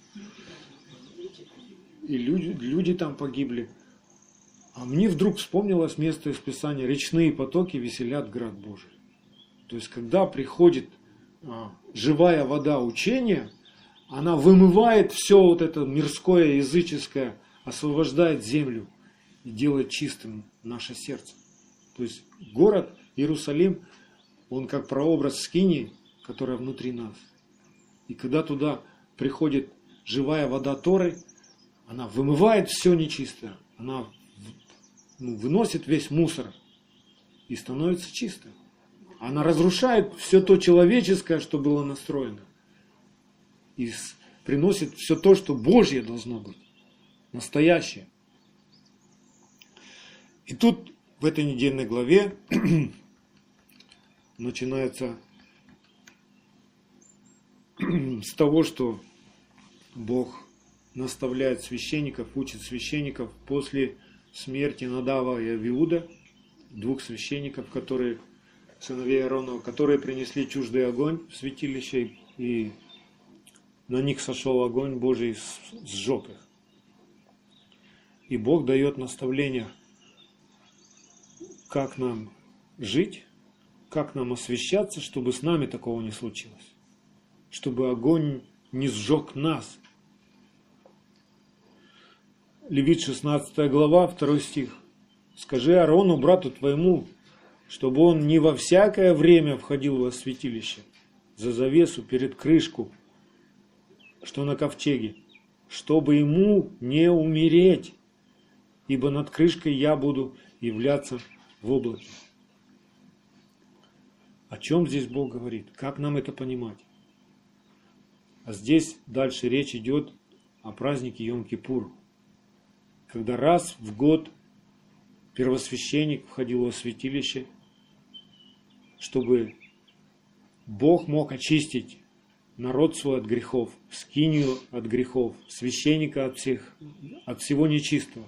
и люди там погибли. А мне вдруг вспомнилось место из Писания: речные потоки веселят град Божий. То есть, когда приходит живая вода учения, она вымывает все вот это мирское, языческое, освобождает землю и делает чистым наше сердце. То есть город Иерусалим, он как прообраз скинии, которая внутри нас. И когда туда приходит живая вода Торы, она вымывает все нечистое, она выносит весь мусор и становится чистой. Она разрушает все то человеческое, что было настроено. И приносит все то, что Божье должно быть. Настоящее. И тут в этой недельной главе начинается с того, что Бог наставляет священников, учит священников после смерти Надава и Авиуда, двух священников, которые, сыновей Ааронова, которые принесли чуждый огонь в святилище, и на них сошел огонь Божий, сжег их. И Бог дает наставления, как нам жить, как нам освящаться, чтобы с нами такого не случилось. Чтобы огонь не сжег нас. Левит 16 глава, 2 стих. «Скажи Аарону, брату твоему, чтобы он не во всякое время входил во святилище, за завесу, перед крышку, что на ковчеге, чтобы ему не умереть, ибо над крышкой я буду являться в облаке». О чем здесь Бог говорит? Как нам это понимать? А здесь дальше речь идет о празднике Йом-Кипур, когда раз в год первосвященник входил во святилище, чтобы Бог мог очистить народ свой от грехов, скинию от грехов, священника от всего нечистого.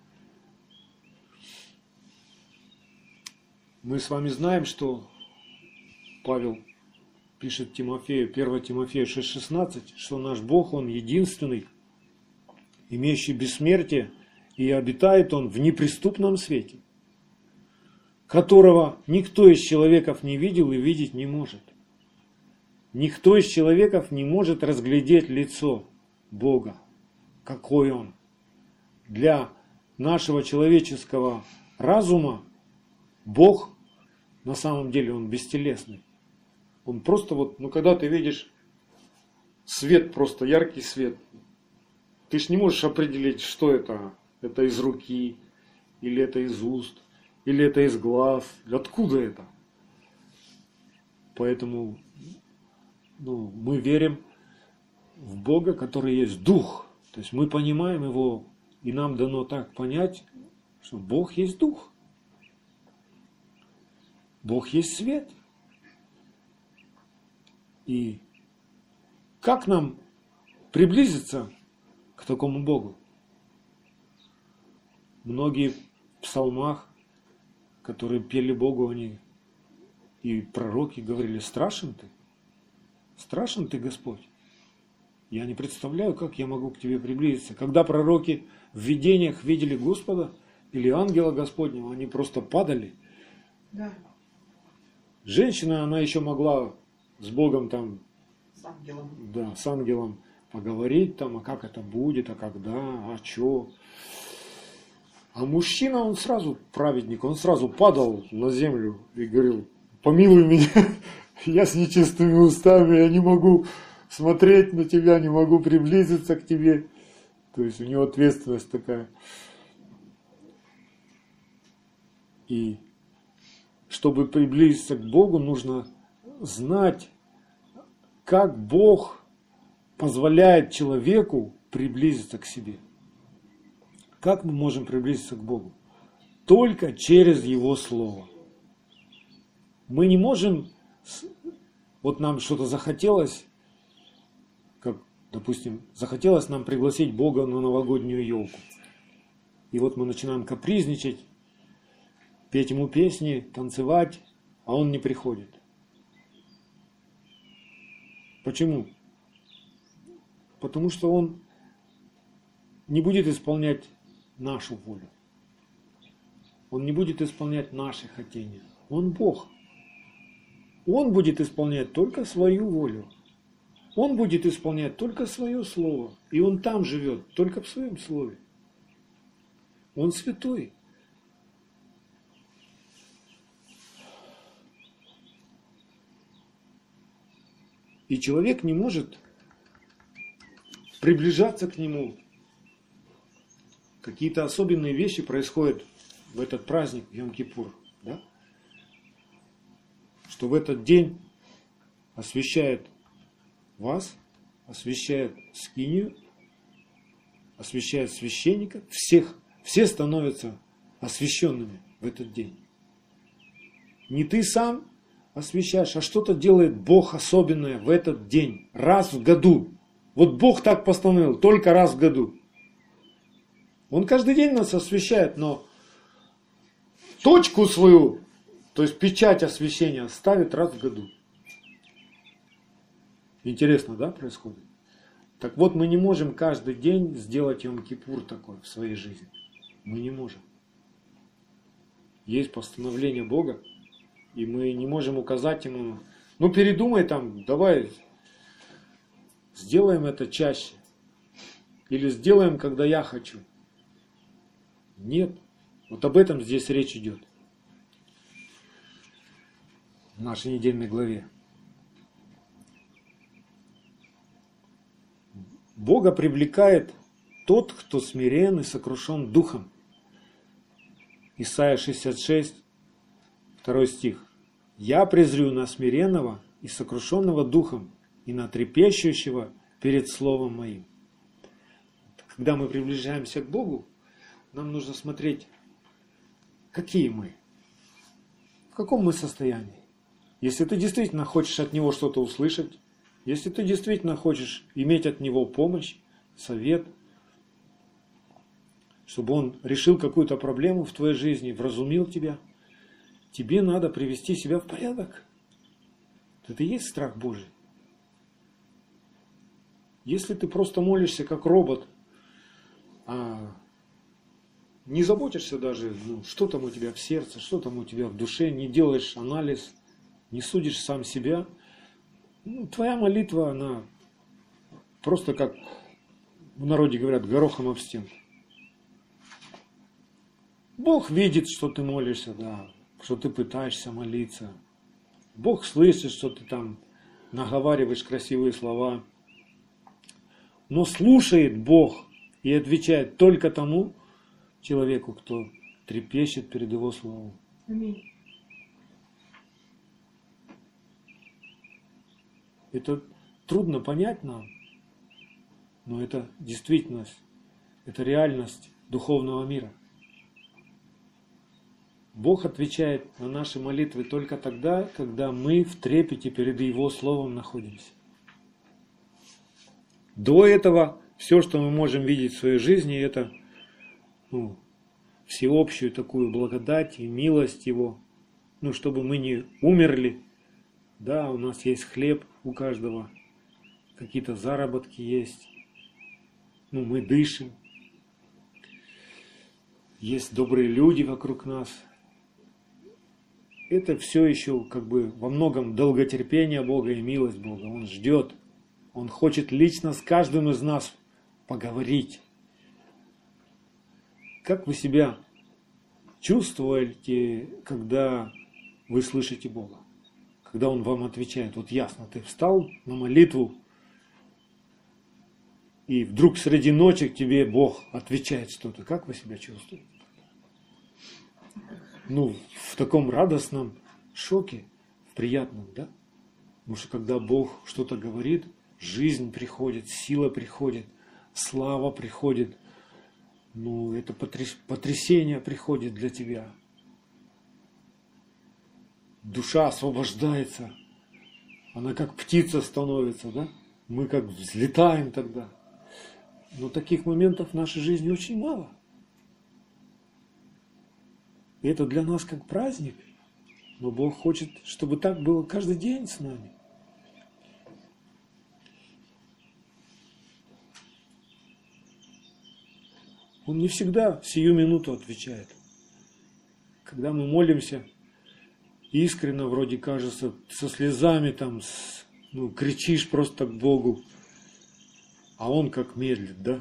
Мы с вами знаем, что Павел пишет Тимофею, 1 Тимофею 6,16, что наш Бог, Он единственный, имеющий бессмертие, и обитает Он в неприступном свете, которого никто из человеков не видел и видеть не может. Никто из человеков не может разглядеть лицо Бога, какой Он. Для нашего человеческого разума Бог, на самом деле, Он бестелесный. Он просто когда ты видишь свет, просто яркий свет, ты ж не можешь определить, что это. Это из руки, или это из уст, или это из глаз. Откуда это? Поэтому мы верим в Бога, который есть Дух. То есть мы понимаем Его, и нам дано так понять, что Бог есть Дух. Бог есть свет. И как нам приблизиться к такому Богу? Многие в псалмах, которые пели Богу, они и пророки говорили: страшен ты, Господь. Я не представляю, как я могу к тебе приблизиться. Когда пророки в видениях видели Господа или ангела Господнего, они просто падали. Да. Женщина, она еще могла с Богом там, с ангелом поговорить там, а как это будет, а когда, а что. А мужчина, он сразу праведник, он сразу падал на землю и говорил: помилуй меня, я с нечистыми устами, я не могу смотреть на тебя, не могу приблизиться к тебе. То есть у него ответственность такая. И чтобы приблизиться к Богу, нужно знать, как Бог позволяет человеку приблизиться к себе. Как мы можем приблизиться к Богу? Только через Его Слово. Мы не можем, нам что-то захотелось, как, допустим, захотелось нам пригласить Бога на новогоднюю елку. И мы начинаем капризничать, петь Ему песни, танцевать, а Он не приходит. Почему? Потому что Он не будет исполнять нашу волю. Он не будет исполнять наши хотения. Он Бог. Он будет исполнять только свою волю. Он будет исполнять только свое слово. И Он там живет, только в своем слове. Он святой. И человек не может приближаться к Нему. Какие-то особенные вещи происходят в этот праздник Йом-Кипур. Да? что в этот день освящает вас, освящает скинию, освящает священника, всех. Все становятся освященными в этот день. Не ты сам освящаешь, а что-то делает Бог особенное в этот день, раз в году. Вот Бог так постановил, только раз в году. Он каждый день нас освящает, но точку свою, то есть печать освящения, ставит раз в году. Интересно, да, происходит? Так вот, мы не можем каждый день сделать Йом-Кипур такой в своей жизни. Мы не можем. Есть постановление Бога, и мы не можем указать ему, ну передумай там, давай сделаем это чаще. Или сделаем, когда я хочу. Нет. Вот об этом здесь речь идет. В нашей недельной главе. Бога привлекает тот, кто смирен и сокрушен духом. Исайя 66, 2 стих. «Я презрю на смиренного и сокрушенного духом, и на трепещущего перед словом моим». Когда мы приближаемся к Богу, нам нужно смотреть, какие мы, в каком мы состоянии. Если ты действительно хочешь от Него что-то услышать, если ты действительно хочешь иметь от Него помощь, совет, чтобы Он решил какую-то проблему в твоей жизни, вразумил тебя, тебе надо привести себя в порядок. Это и есть страх Божий. Если ты просто молишься как робот, а не заботишься даже, что там у тебя в сердце, что там у тебя в душе, не делаешь анализ, не судишь сам себя, твоя молитва, она просто как в народе говорят, горохом об стенку. Бог видит, что ты молишься, да, что ты пытаешься молиться. Бог слышит, что ты там наговариваешь красивые слова. Но слушает Бог и отвечает только тому человеку, кто трепещет перед Его словом. Аминь. Это трудно понять нам, но это действительность, это реальность духовного мира. Бог отвечает на наши молитвы только тогда, когда мы в трепете перед Его Словом находимся. До этого все, что мы можем видеть в своей жизни, это всеобщую такую благодать и милость Его. Чтобы мы не умерли. Да, у нас есть хлеб у каждого, какие-то заработки есть. Мы дышим. Есть добрые люди вокруг нас. Это все еще во многом долготерпение Бога и милость Бога. Он ждет. Он хочет лично с каждым из нас поговорить. Как вы себя чувствуете, когда вы слышите Бога? Когда Он вам отвечает, вот ясно, ты встал на молитву, и вдруг среди ночи к тебе Бог отвечает что-то. Как вы себя чувствуете? В таком радостном шоке, в приятном, да? Потому что когда Бог что-то говорит, жизнь приходит, сила приходит, слава приходит. Это потрясение приходит для тебя. Душа освобождается. Она как птица становится, да? Мы как взлетаем тогда. Но таких моментов в нашей жизни очень мало. И это для нас как праздник. Но Бог хочет, чтобы так было каждый день с нами. Он не всегда в сию минуту отвечает. Когда мы молимся, искренне вроде кажется, со слезами кричишь просто к Богу, а Он как медлит, да?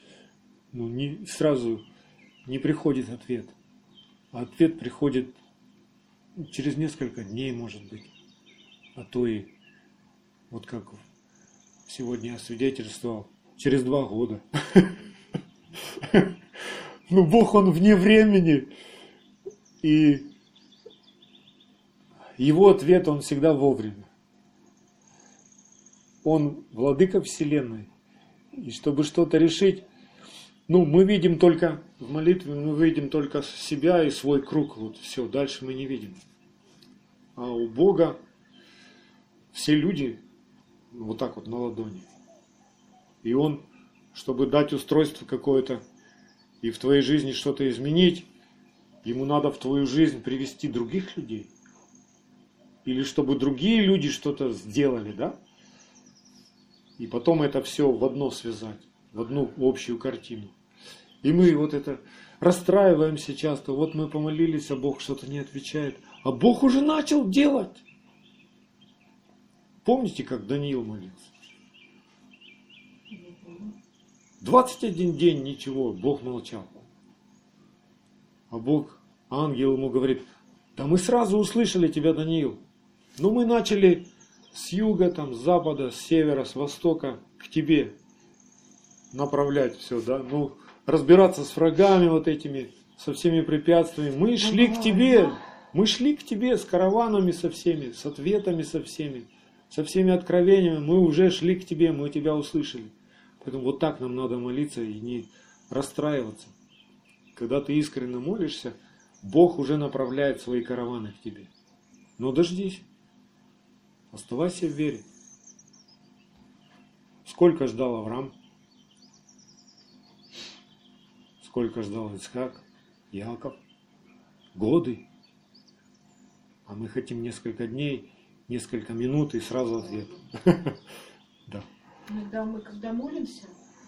Сразу не приходит ответ. А ответ приходит через несколько дней, может быть. А то и, вот как сегодня я свидетельствовал, через 2 года. Бог, Он вне времени. И Его ответ, он всегда вовремя. Он владыка Вселенной. И чтобы что-то решить, мы видим только в молитве, мы видим только себя и свой круг. Вот все, дальше мы не видим. А у Бога все люди вот так вот на ладони. И Он, чтобы дать устройство какое-то и в твоей жизни что-то изменить, Ему надо в твою жизнь привести других людей. Или чтобы другие люди что-то сделали, да? И потом это все в одно связать, в одну общую картину. И мы вот это расстраиваемся часто. Вот мы помолились, а Бог что-то не отвечает. А Бог уже начал делать. Помните, как Даниил молился? 21 день ничего, Бог молчал. А Бог, ангел ему говорит: да мы сразу услышали тебя, Даниил. Но мы начали с юга, там, с запада, с севера, с востока к тебе направлять все, да, разбираться с врагами вот этими, со всеми препятствиями. Мы шли к тебе с караванами со всеми, с ответами со всеми откровениями. Мы уже шли к тебе, мы тебя услышали. Поэтому вот так нам надо молиться и не расстраиваться. Когда ты искренне молишься, Бог уже направляет свои караваны к тебе. Но дождись. Оставайся в вере. Сколько ждал Авраам? Сколько ждал Ицхак, Яков? Годы. А мы хотим несколько дней, несколько минут и сразу ответ. Да. Иногда мы, когда молимся,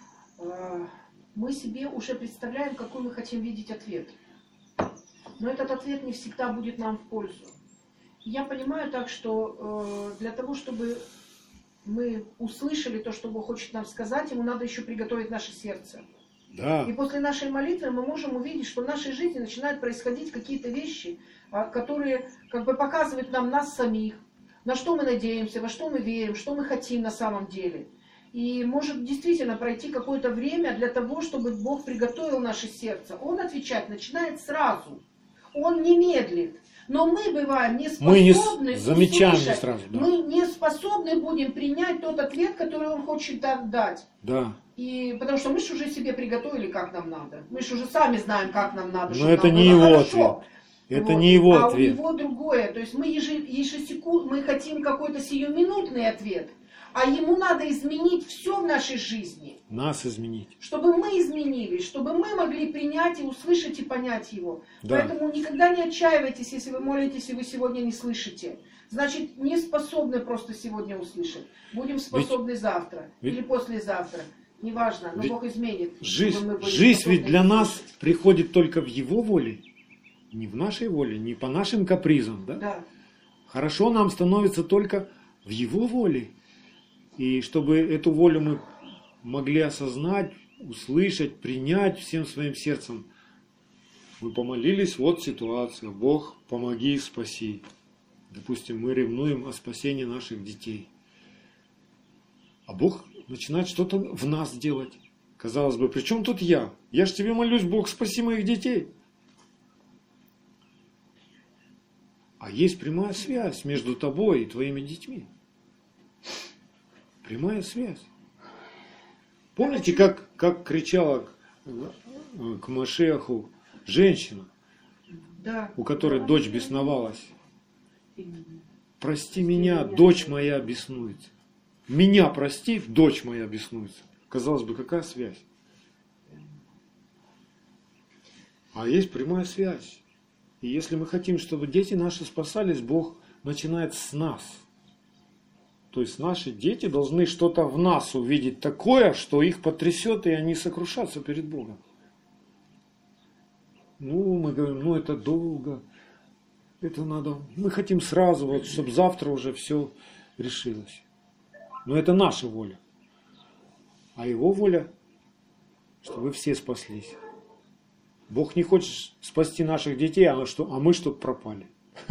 мы себе уже представляем, какой мы хотим видеть ответ. Но этот ответ не всегда будет нам в пользу. Я понимаю так, что для того, чтобы мы услышали то, что Бог хочет нам сказать, Ему надо еще приготовить наше сердце. Да. И после нашей молитвы мы можем увидеть, что в нашей жизни начинают происходить какие-то вещи, которые как бы показывают нам нас самих, на что мы надеемся, во что мы верим, что мы хотим на самом деле. И может действительно пройти какое-то время для того, чтобы Бог приготовил наше сердце. Он отвечать начинает сразу. Он не медлит. Но мы бываем не способны замечаем сразу, да. Мы не способны будем принять тот ответ, который Он хочет дать. Да. И потому что мы же уже себе приготовили, как нам надо. Мы же уже сами знаем, как нам надо. Но это не его ответ. Это не его ответ. А у него другое. То есть мы ежесекундно мы хотим какой-то сиюминутный ответ. А ему надо изменить все в нашей жизни. Нас изменить. Чтобы мы изменились, чтобы мы могли принять и услышать и понять его. Да. Поэтому никогда не отчаивайтесь, если вы молитесь, и вы сегодня не слышите. Значит, не способны просто сегодня услышать. Будем способны завтра или послезавтра. Неважно, но Бог изменит. Жизнь ведь для нас приходит только в Его воле. Не в нашей воле, не по нашим капризам. Да? Да. Хорошо нам становится только в Его воле. И чтобы эту волю мы могли осознать, услышать, принять всем своим сердцем, мы помолились, вот ситуация, Бог, помоги, спаси. Допустим, мы ревнуем о спасении наших детей. А Бог начинает что-то в нас делать. Казалось бы, при чем тут я? Я же тебе молюсь, Бог, спаси моих детей. А есть прямая связь между тобой и твоими детьми. Прямая связь. Помните, как кричала к Машиаху женщина, Да. у которой дочь бесновалась? Прости меня, дочь моя беснуется. Меня прости, дочь моя беснуется. Казалось бы, какая связь? А есть прямая связь. И если мы хотим, чтобы дети наши спасались, Бог начинает с нас. То есть наши дети должны что-то в нас увидеть такое, что их потрясет, и они сокрушатся перед Богом. Мы говорим, это долго, это надо. Мы хотим сразу, вот, чтобы завтра уже все решилось. Но это наша воля. А Его воля, чтобы все спаслись. Бог не хочет спасти наших детей, а мы чтобы пропали.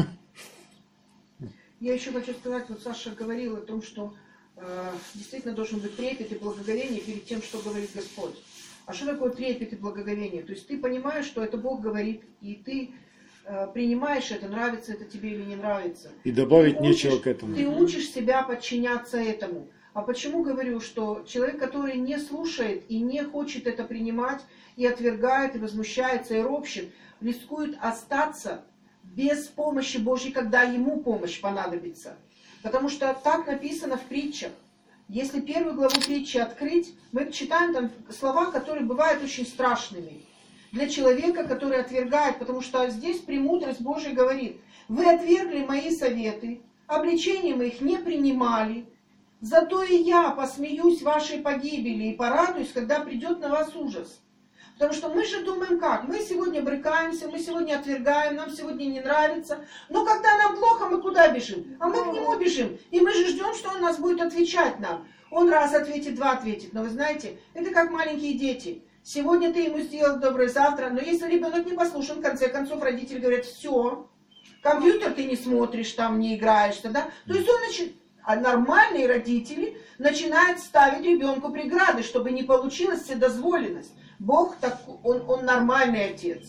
Я еще хочу сказать, вот Саша говорил о том, что действительно должен быть трепет и благоговение перед тем, что говорит Господь. А что такое трепет и благоговение? То есть ты понимаешь, что это Бог говорит, и ты принимаешь это, нравится это тебе или не нравится. И добавить Ты нечего учишь- к этому. Ты учишь себя подчиняться этому. А почему говорю, что человек, который не слушает и не хочет это принимать, и отвергает, и возмущается, и ропщет, рискует остаться без помощи Божьей, когда ему помощь понадобится. Потому что так написано в притчах. Если первую главу притчи открыть, мы читаем там слова, которые бывают очень страшными для человека, который отвергает, потому что здесь премудрость Божия говорит: вы отвергли мои советы, обличения моих не принимали, зато и я посмеюсь вашей погибели и порадуюсь, когда придет на вас ужас. Потому что мы же думаем как? Мы сегодня брыкаемся, мы сегодня отвергаем, нам сегодня не нравится. Но когда нам плохо, мы куда бежим? А мы к нему бежим. И мы же ждем, что он нас будет отвечать нам. Он раз ответит, два ответит. Но вы знаете, это как маленькие дети. Сегодня ты ему сделал доброе, завтра. Но если ребенок не послушан, в конце концов родители говорят: все, компьютер ты не смотришь, там не играешься. Да? То есть А нормальные родители начинают ставить ребенку преграды, чтобы не получилась вседозволенность. Бог, он нормальный отец.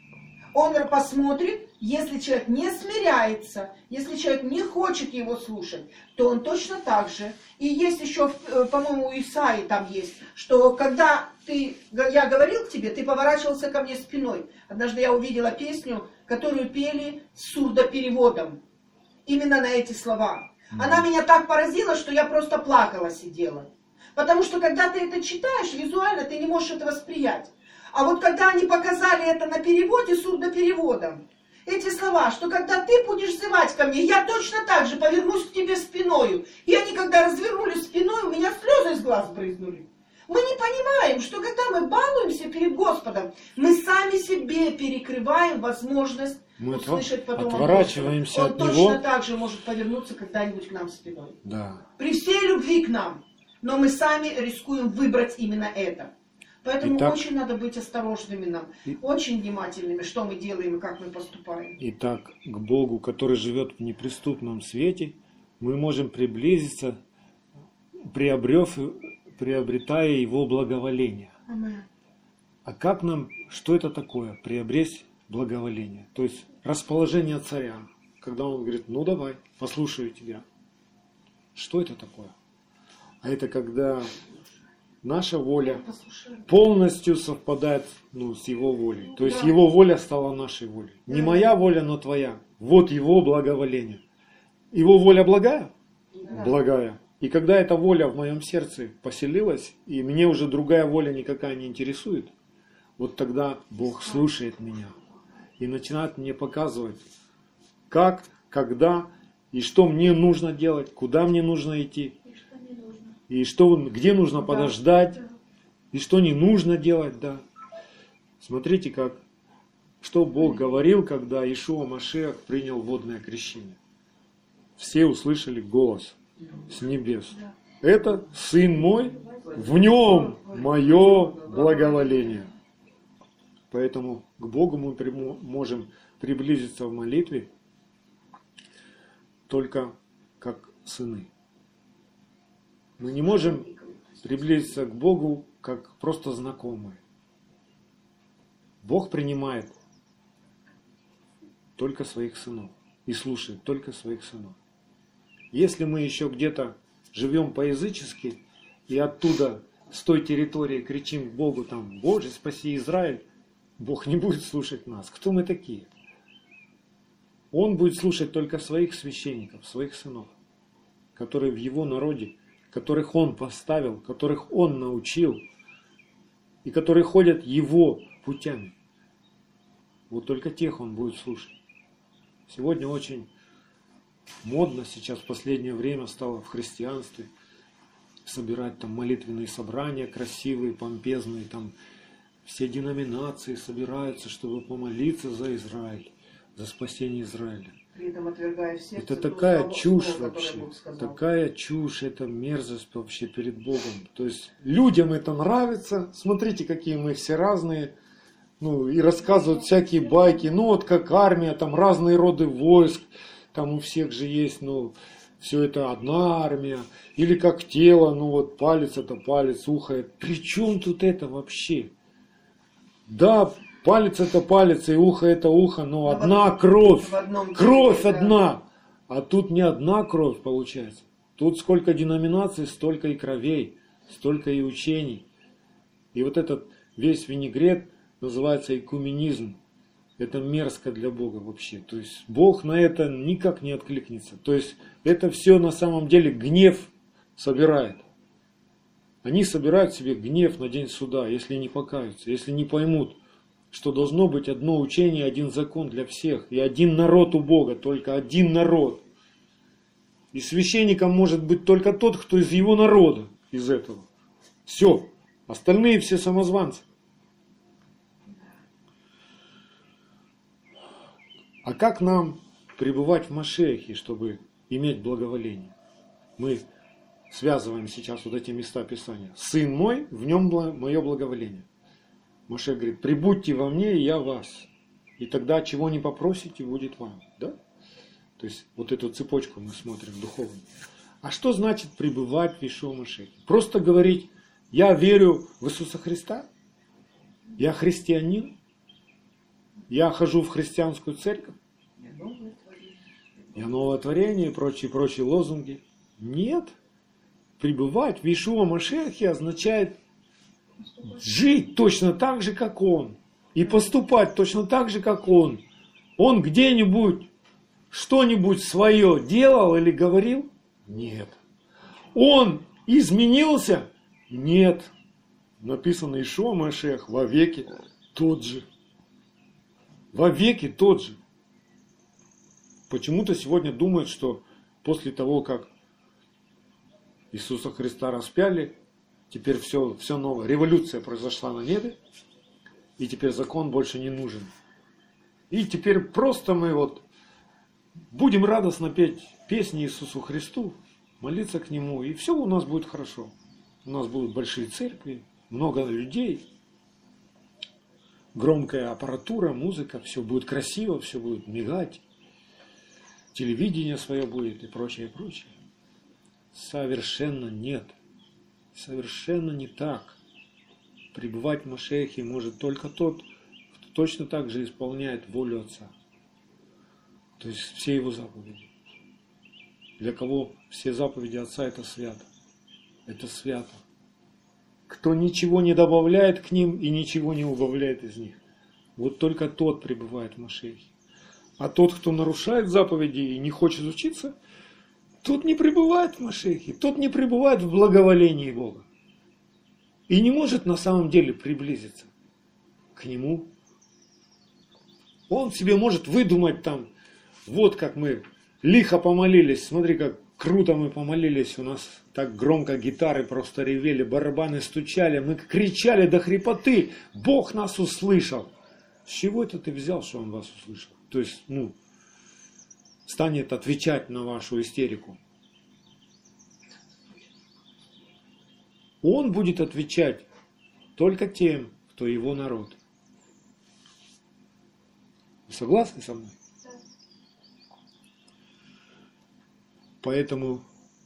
Он посмотрит, если человек не смиряется, если человек не хочет его слушать, то он точно так же. И есть еще, по-моему, у Исаии там есть, что когда я говорил к тебе, ты поворачивался ко мне спиной. Однажды я увидела песню, которую пели с сурдопереводом. Именно на эти слова. Она меня так поразила, что я просто плакала, сидела. Потому что когда ты это читаешь, визуально ты не можешь это восприять. А вот когда они показали это на переводе, сурдопереводом, эти слова, что когда ты будешь взывать ко мне, я точно так же повернусь к тебе спиною. И они, когда развернулись спиной, у меня слезы из глаз брызнули. Мы не понимаем, что когда мы балуемся перед Господом, мы сами себе перекрываем возможность Мы услышать потом отворачиваемся от от Он него. точно так же может повернуться когда-нибудь к нам спиной. Да. При всей любви к нам. Но мы сами рискуем выбрать именно это. Поэтому Итак, очень надо быть осторожными нам, очень внимательными, что мы делаем и как мы поступаем. Итак, к Богу, который живет в неприступном свете, мы можем приблизиться, приобретая Его благоволение. Аминь. А как нам, что это такое, приобрести благоволение? То есть расположение царя, когда он говорит: ну давай, послушаю тебя. Что это такое? А это когда наша воля Послушаем. полностью совпадает с его волей. То есть Да. его воля стала нашей волей. Не Да. моя воля, но твоя. Вот его благоволение. Его воля благая? Да. Благая. И когда эта воля в моем сердце поселилась, и мне уже другая воля никакая не интересует, вот тогда Бог слушает меня и начинает мне показывать, как, когда и что мне нужно делать, куда мне нужно идти, и где нужно Да. подождать, Да. и что не нужно делать, да. Смотрите, что Бог говорил, когда Иешуа Машиах принял водное крещение. Все услышали голос с небес: Да. это Сын мой, в нем мое благоволение. Поэтому к Богу мы можем приблизиться в молитве только как сыны. Мы не можем приблизиться к Богу как просто знакомые. Бог принимает только своих сынов и слушает только своих сынов. Если мы еще где-то живем по-язычески и оттуда, с той территории, кричим к Богу там: Боже, спаси Израиль, Бог не будет слушать нас. Кто мы такие? Он будет слушать только своих священников, своих сынов, которые в его народе, которых он поставил, которых он научил, и которые ходят его путями. Вот только тех он будет слушать. Сегодня очень модно сейчас в последнее время стало в христианстве собирать там молитвенные собрания красивые, помпезные, там все деноминации собираются, чтобы помолиться за Израиль, за спасение Израиля. При этом отвергая все. Это такая чушь вообще, такая чушь, это мерзость вообще перед Богом. То есть людям это нравится, смотрите, какие мы все разные, и рассказывают всякие байки, вот как армия, там разные роды войск, там у всех же есть, все это одна армия, или как тело, палец это палец, ухо. При чем тут это вообще? Да, Палец это палец, и ухо это ухо, но одна кровь. Кровь одна. А тут не одна кровь получается. Тут сколько деноминаций, столько и кровей, столько и учений. И вот этот весь винегрет называется экуменизм. Это мерзко для Бога вообще. То есть Бог на это никак не откликнется. То есть это все на самом деле гнев собирает. Они собирают себе гнев на день суда, если не покаются, если не поймут, что должно быть одно учение, один закон для всех. И один народ у Бога, только один народ. И священником может быть только тот, кто из его народа, из этого. Все. Остальные все самозванцы. А как нам пребывать в Машиахе, чтобы иметь благоволение? Мы связываем сейчас вот эти места Писания. Сын мой, в нем мое благоволение. Машиах говорит, прибудьте во мне, и я в вас. И тогда чего не попросите, будет вам. Да? То есть вот эту цепочку мы смотрим духовную. А что значит пребывать в Иешуа Машиахе? Просто говорить, я верю в Иисуса Христа, я христианин, я хожу в христианскую церковь, я новое творение и прочие лозунги. Нет. Пребывать в Иешуа Машиахе означает жить точно так же, как Он. И поступать точно так же, как Он. Он где-нибудь что-нибудь свое делал или говорил? Нет. Он изменился? Нет. Написано Иешуа Машиах вовеки тот же. Вовеки тот же. Почему-то сегодня думают, что после того, как Иисуса Христа распяли, теперь все новое. Революция произошла на небе, и теперь закон больше не нужен. И теперь просто мы вот будем радостно петь песни Иисусу Христу, молиться к Нему, и все у нас будет хорошо. У нас будут большие церкви, много людей, громкая аппаратура, музыка, все будет красиво, все будет мигать, телевидение свое будет и прочее, прочее. Совершенно нет. Совершенно не так. Пребывать в Машиахе может только тот, кто точно так же исполняет волю Отца. То есть все Его заповеди. Для кого все заповеди Отца это свято. Это свято. Кто ничего не добавляет к ним и ничего не убавляет из них. Вот только тот пребывает в Машиахе. А тот, кто нарушает заповеди и не хочет учиться, тот не пребывает в Машиахе, тот не пребывает в благоволении Бога. И не может на самом деле приблизиться к Нему. Он себе может выдумать там, вот как мы лихо помолились, смотри, как круто мы помолились, у нас так громко гитары просто ревели, барабаны стучали, мы кричали до хрипоты, Бог нас услышал. С чего это ты взял, что Он вас услышал? То есть, станет отвечать на вашу истерику. Он будет отвечать только тем, кто Его народ. Вы согласны со мной? Поэтому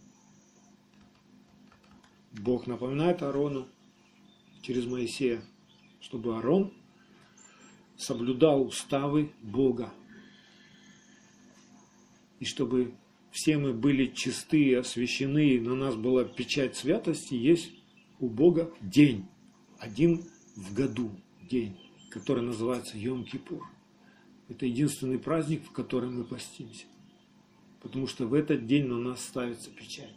Бог напоминает Аарону через Моисея, чтобы Аарон соблюдал уставы Бога. И чтобы все мы были чисты и освящены, и на нас была печать святости, есть у Бога день, один в году день, который называется Йом-Кипур. Это единственный праздник, в который мы постимся. Потому что в этот день на нас ставится печать.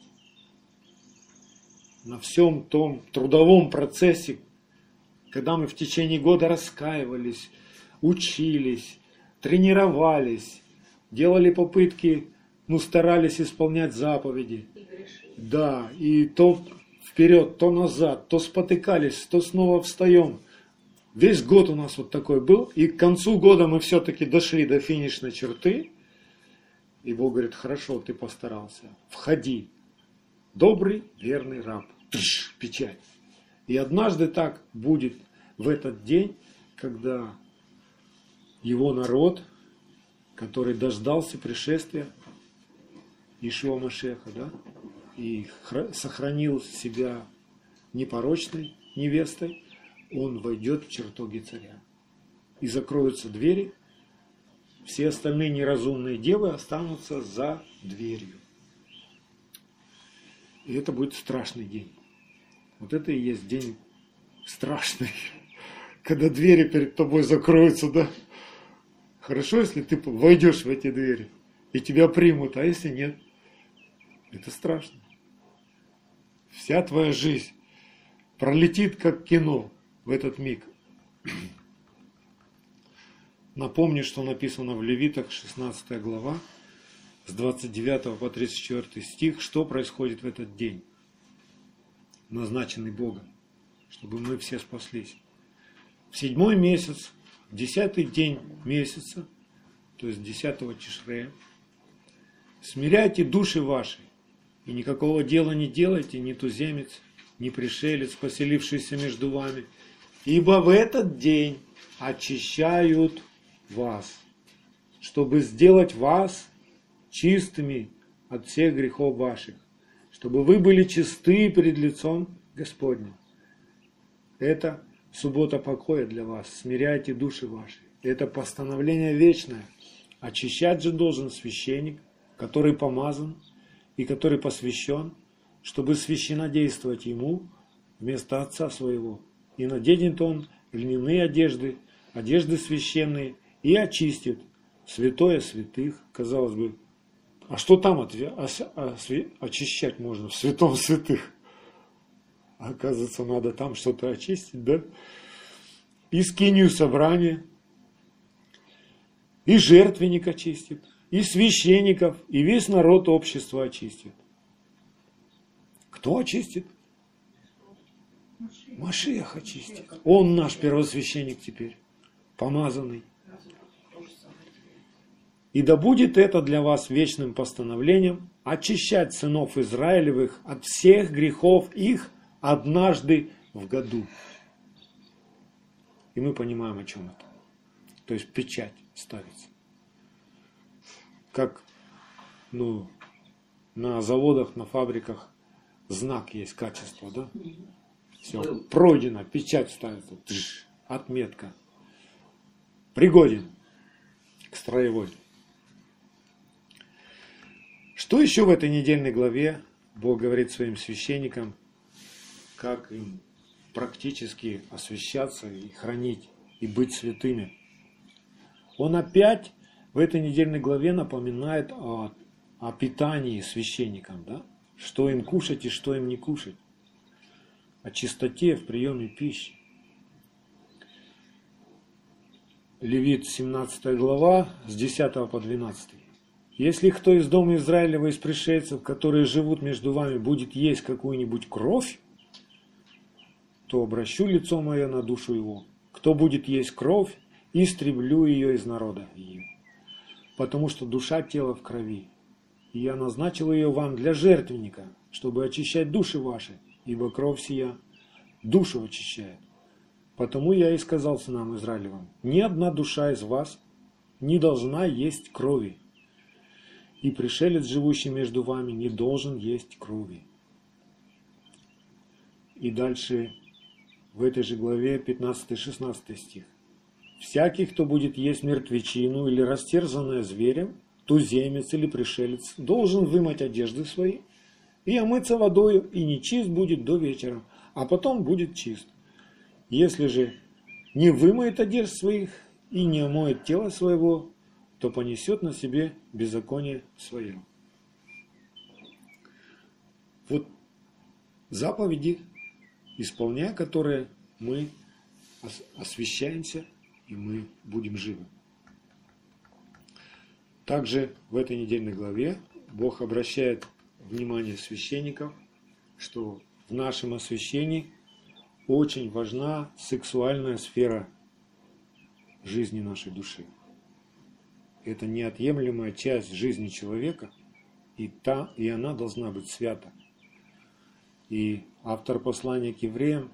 На всем том трудовом процессе, когда мы в течение года раскаивались, учились, тренировались, делали попытки, старались исполнять заповеди. Да, и то вперед, то назад, то спотыкались, то снова встаем. Весь год у нас вот такой был, и к концу года мы все-таки дошли до финишной черты, и Бог говорит, хорошо, ты постарался, входи, добрый, верный раб. Печать. И однажды так будет в этот день, когда Его народ, который дождался пришествия Иешуа Машиаха, и сохранил себя непорочной невестой, он войдет в чертоги царя. и закроются двери, все остальные неразумные девы останутся за дверью. И это будет страшный день. Вот это и есть день страшный, когда двери перед тобой закроются, да? Хорошо, если ты войдешь в эти двери, и тебя примут, а если нет? Это страшно. Вся твоя жизнь пролетит как кино в этот миг. Напомню, что написано в Левитах, 16 глава, с 29 по 34 стих, что происходит в этот день, назначенный Богом, чтобы мы все спаслись. В 7-й месяц, в 10-й день месяца, то есть 10-го Тишрея, смиряйте души ваши, и никакого дела не делайте, ни туземец, ни пришелец, поселившийся между вами, ибо в этот день очищают вас, чтобы сделать вас чистыми от всех грехов ваших, чтобы вы были чисты перед лицом Господним. Это суббота покоя для вас, смиряйте души ваши. Это постановление вечное. Очищать же должен священник, который помазан и который посвящен, чтобы священнодействовать ему вместо отца своего. И наденет он льняные одежды, одежды священные, и очистит святое святых. Казалось бы, а что там очищать можно в святом святых? Оказывается, надо там что-то очистить, да? И скинию собрания, и жертвенник очистит, и священников, и весь народ общества очистит. Кто очистит? Машиах очистит. Он наш первосвященник теперь, помазанный. И да будет это для вас вечным постановлением очищать сынов Израилевых от всех грехов их однажды в году. И мы понимаем, о чем это. То есть печать ставится. Как на заводах, на фабриках знак есть качества, да? Все, пройдено, печать ставится, отметка. Пригоден к строевой. Что еще в этой недельной главе Бог говорит своим священникам, как им практически освящаться и хранить, и быть святыми? Он опять в этой недельной главе напоминает о питании священникам, да? Что им кушать и что им не кушать, о чистоте в приеме пищи. Левит 17 глава с 10 по 12. Если кто из дома Израилева, из пришельцев, которые живут между вами, будет есть какую-нибудь кровь, то обращу лицо мое на душу его. Кто будет есть кровь, истреблю ее из народа ее. Потому что душа тела в крови. И я назначил ее вам для жертвенника, чтобы очищать души ваши, ибо кровь сия душу очищает. Потому я и сказал сынам Израилевым: ни одна душа из вас не должна есть крови, и пришелец, живущий между вами, не должен есть крови. И дальше в этой же главе 15-16 стих. Всякий, кто будет есть мертвечину или растерзанное зверем, туземец или пришелец, должен вымыть одежды свои и омыться водою, и нечист будет до вечера, а потом будет чист. Если же не вымоет одежд своих и не омоет тело своего, то понесет на себе беззаконие свое. Вот заповеди, исполняя которые мы освящаемся и мы будем живы. Также в этой недельной главе Бог обращает внимание священников, что в нашем освящении очень важна сексуальная сфера жизни нашей души. Это неотъемлемая часть жизни человека, и она должна быть свята. И автор послания к евреям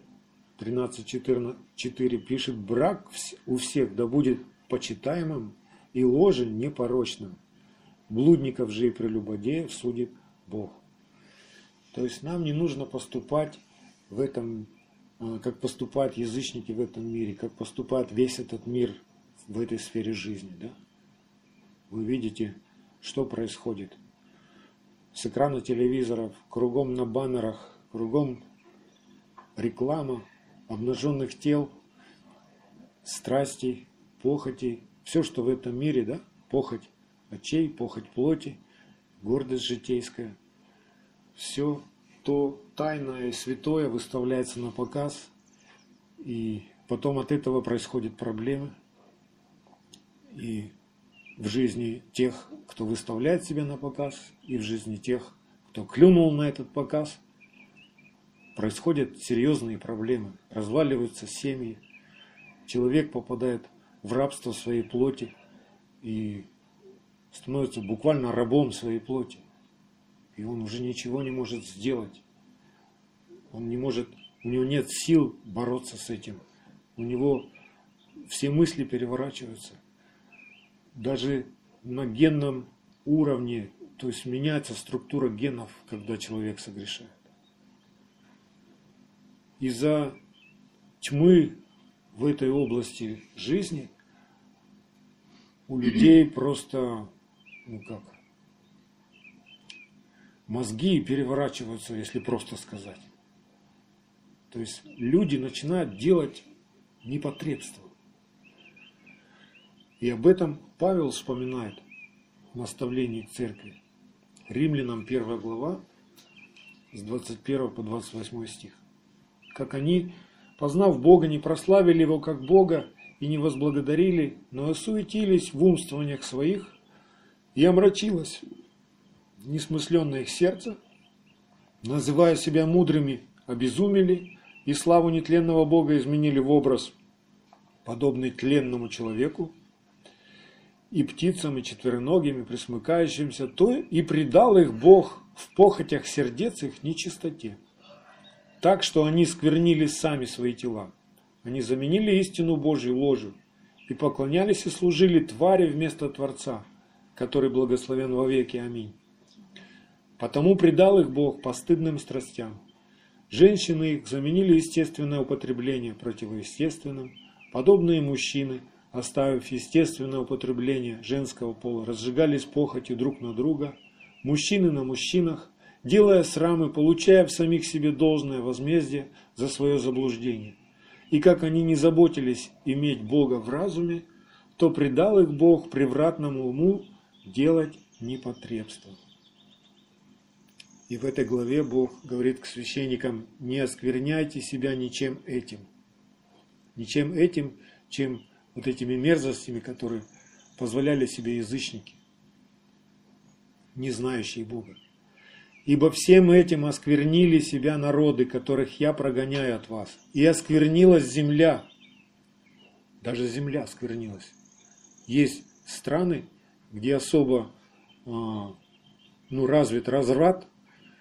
13:4 пишет: брак у всех да будет почитаемым и ложе непорочным. Блудников же и прелюбодеев судит Бог. То есть нам не нужно поступать в этом, как поступают язычники в этом мире, как поступает весь этот мир в этой сфере жизни, да? Вы видите, что происходит. С экрана телевизоров, кругом на баннерах, кругом реклама обнаженных тел, страстей, похотей, все, что в этом мире, да? Похоть очей, похоть плоти, гордость житейская. Все то тайное и святое выставляется на показ, и потом от этого происходят проблемы. И в жизни тех, кто выставляет себя на показ, и в жизни тех, кто клюнул на этот показ, происходят серьезные проблемы. Разваливаются семьи, человек попадает в рабство своей плоти и становится буквально рабом своей плоти. И он уже ничего не может сделать. Он не может, у него нет сил бороться с этим. У него все мысли переворачиваются. Даже на генном уровне, то есть меняется структура генов, когда человек согрешает. Из-за тьмы в этой области жизни у людей просто, мозги переворачиваются, если просто сказать. То есть люди начинают делать непотребство. И об этом Павел вспоминает в наставлении к церкви. Римлянам 1 глава, с 21 по 28 стих. Как они, познав Бога, не прославили Его как Бога и не возблагодарили, но осуетились в умствованиях своих, и омрачилось несмысленное их сердце, называя себя мудрыми, обезумели, и славу нетленного Бога изменили в образ, подобный тленному человеку, и птицам, и четвероногим, и пресмыкающимся, то и предал их Бог в похотях сердец их нечистоте, так что они сквернили сами свои тела. Они заменили истину Божию ложью и поклонялись и служили твари вместо Творца, который благословен во веки. Аминь. Потому предал их Бог постыдным страстям. Женщины их заменили естественное употребление противоестественным, подобные мужчины, оставив естественное употребление женского пола, разжигались похотью друг на друга, мужчины на мужчинах, делая срамы, получая в самих себе должное возмездие за свое заблуждение. И как они не заботились иметь Бога в разуме, то предал их Бог превратному уму делать непотребство. И в этой главе Бог говорит к священникам: не оскверняйте себя ничем этим. Ничем этим, чем вот этими мерзостями, которые позволяли себе язычники, не знающие Бога. Ибо всем этим осквернили себя народы, которых я прогоняю от вас. И осквернилась земля. Даже земля осквернилась. Есть страны, где особо развит разврат,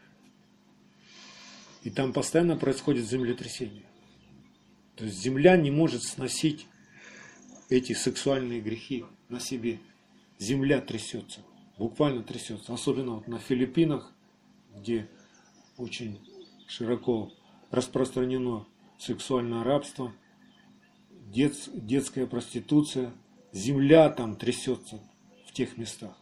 и там постоянно происходит землетрясение. То есть земля не может сносить эти сексуальные грехи на себе. Земля трясется, буквально трясется. Особенно вот на Филиппинах, где очень широко распространено сексуальное рабство, детская проституция. Земля там трясется в тех местах.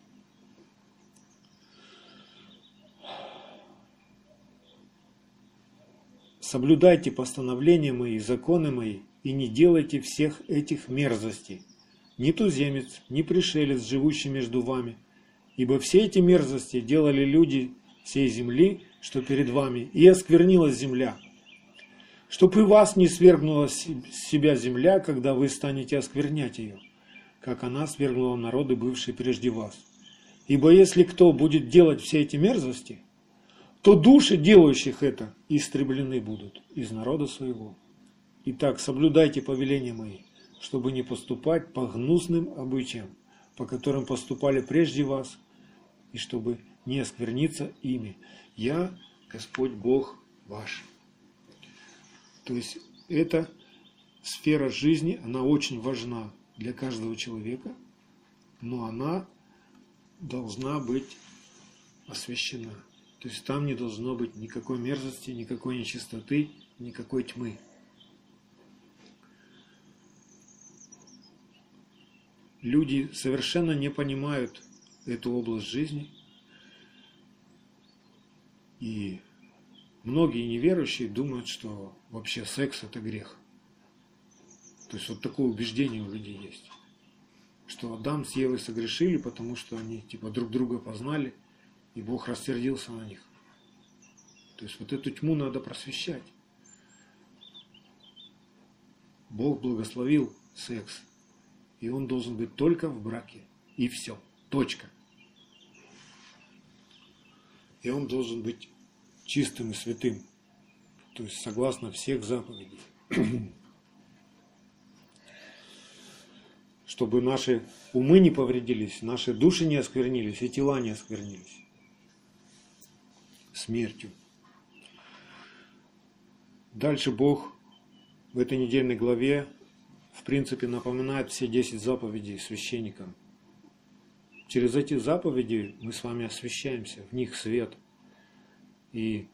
Соблюдайте постановления мои, законы мои, и не делайте всех этих мерзостей. Ни туземец, ни пришелец, живущий между вами, ибо все эти мерзости делали люди всей земли, что перед вами, и осквернилась земля. Чтоб и вас не свергнула с себя земля, когда вы станете осквернять ее, как она свергнула народы, бывшие прежде вас. Ибо если кто будет делать все эти мерзости, то души, делающих это, истреблены будут из народа своего. Итак, соблюдайте повеления мои, чтобы не поступать по гнусным обычаям, по которым поступали прежде вас, и чтобы не оскверниться ими. Я, Господь Бог ваш. То есть эта сфера жизни, она очень важна для каждого человека, но она должна быть освящена. То есть там не должно быть никакой мерзости, никакой нечистоты, никакой тьмы. люди совершенно не понимают эту область жизни. И многие неверующие думают, что вообще секс это грех. То есть вот такое убеждение у людей есть. Что Адам с Евой согрешили, потому что они типа друг друга познали, и Бог рассердился на них. То есть вот эту тьму надо просвещать. Бог благословил секс, и он должен быть только в браке. И все. Точка. И он должен быть чистым и святым. То есть согласно всех заповедей. Чтобы наши умы не повредились, наши души не осквернились и тела не осквернились смертью. Дальше Бог в этой недельной главе в принципе напоминает все 10 заповедей священникам. Через эти заповеди мы с вами освящаемся, в них свет. И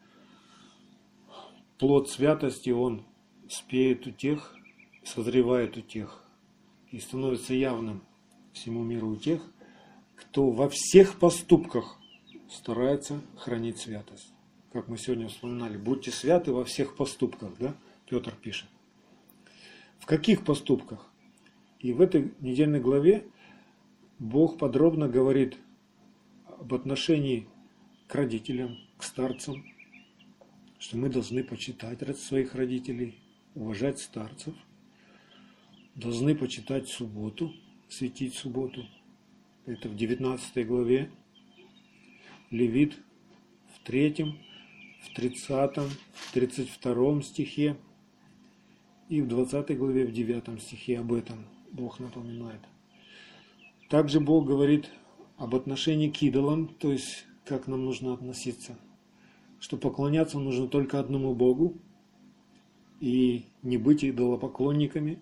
плод святости, он спеет у тех, созревает у тех и становится явным всему миру у тех, кто во всех поступках старается хранить святость. Как мы сегодня вспоминали, будьте святы во всех поступках, да? Петр пишет. В каких поступках? И в этой недельной главе Бог подробно говорит об отношении к родителям, к старцам, что мы должны почитать своих родителей, уважать старцев, должны почитать субботу, светить субботу. Это в 19 главе. Левит в 3, в 30, в 32 стихе и в 20 главе, в 9 стихе об этом Бог напоминает. Также Бог говорит об отношении к идолам, то есть как нам нужно относиться, что поклоняться нужно только одному Богу и не быть идолопоклонниками.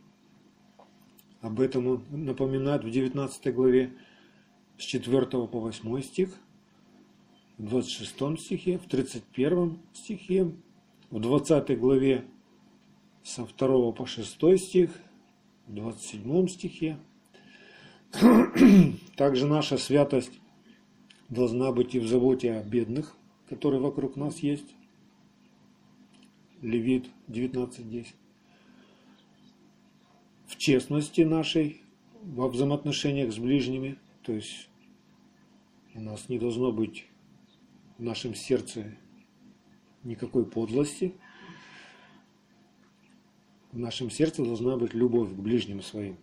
Об этом он напоминает в 19 главе с 4 по 8 стих, в 26 стихе, в 31 стихе, в 20 главе со 2 по 6 стих, в 27 стихе. Также наша святость должна быть и в заботе о бедных, которые вокруг нас есть. Левит 19:10. В честности нашей, во взаимоотношениях с ближними, то есть у нас не должно быть в нашем сердце никакой подлости. В нашем сердце должна быть любовь к ближним своим.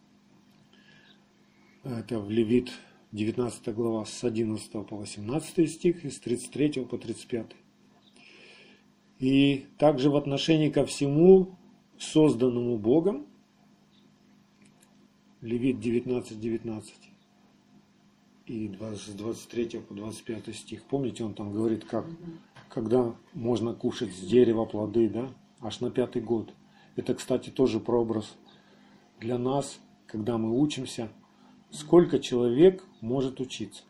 Это в Левит 19 глава с 11 по 18 стих и с 33 по 35. И также в отношении ко всему созданному Богом, Левит 19:19 и с 23 по 25 стих. Помните, он там говорит, как, когда можно кушать с дерева плоды, да, аж на 5-й год. Это, кстати, тоже прообраз для нас, когда мы учимся, сколько человек может учиться.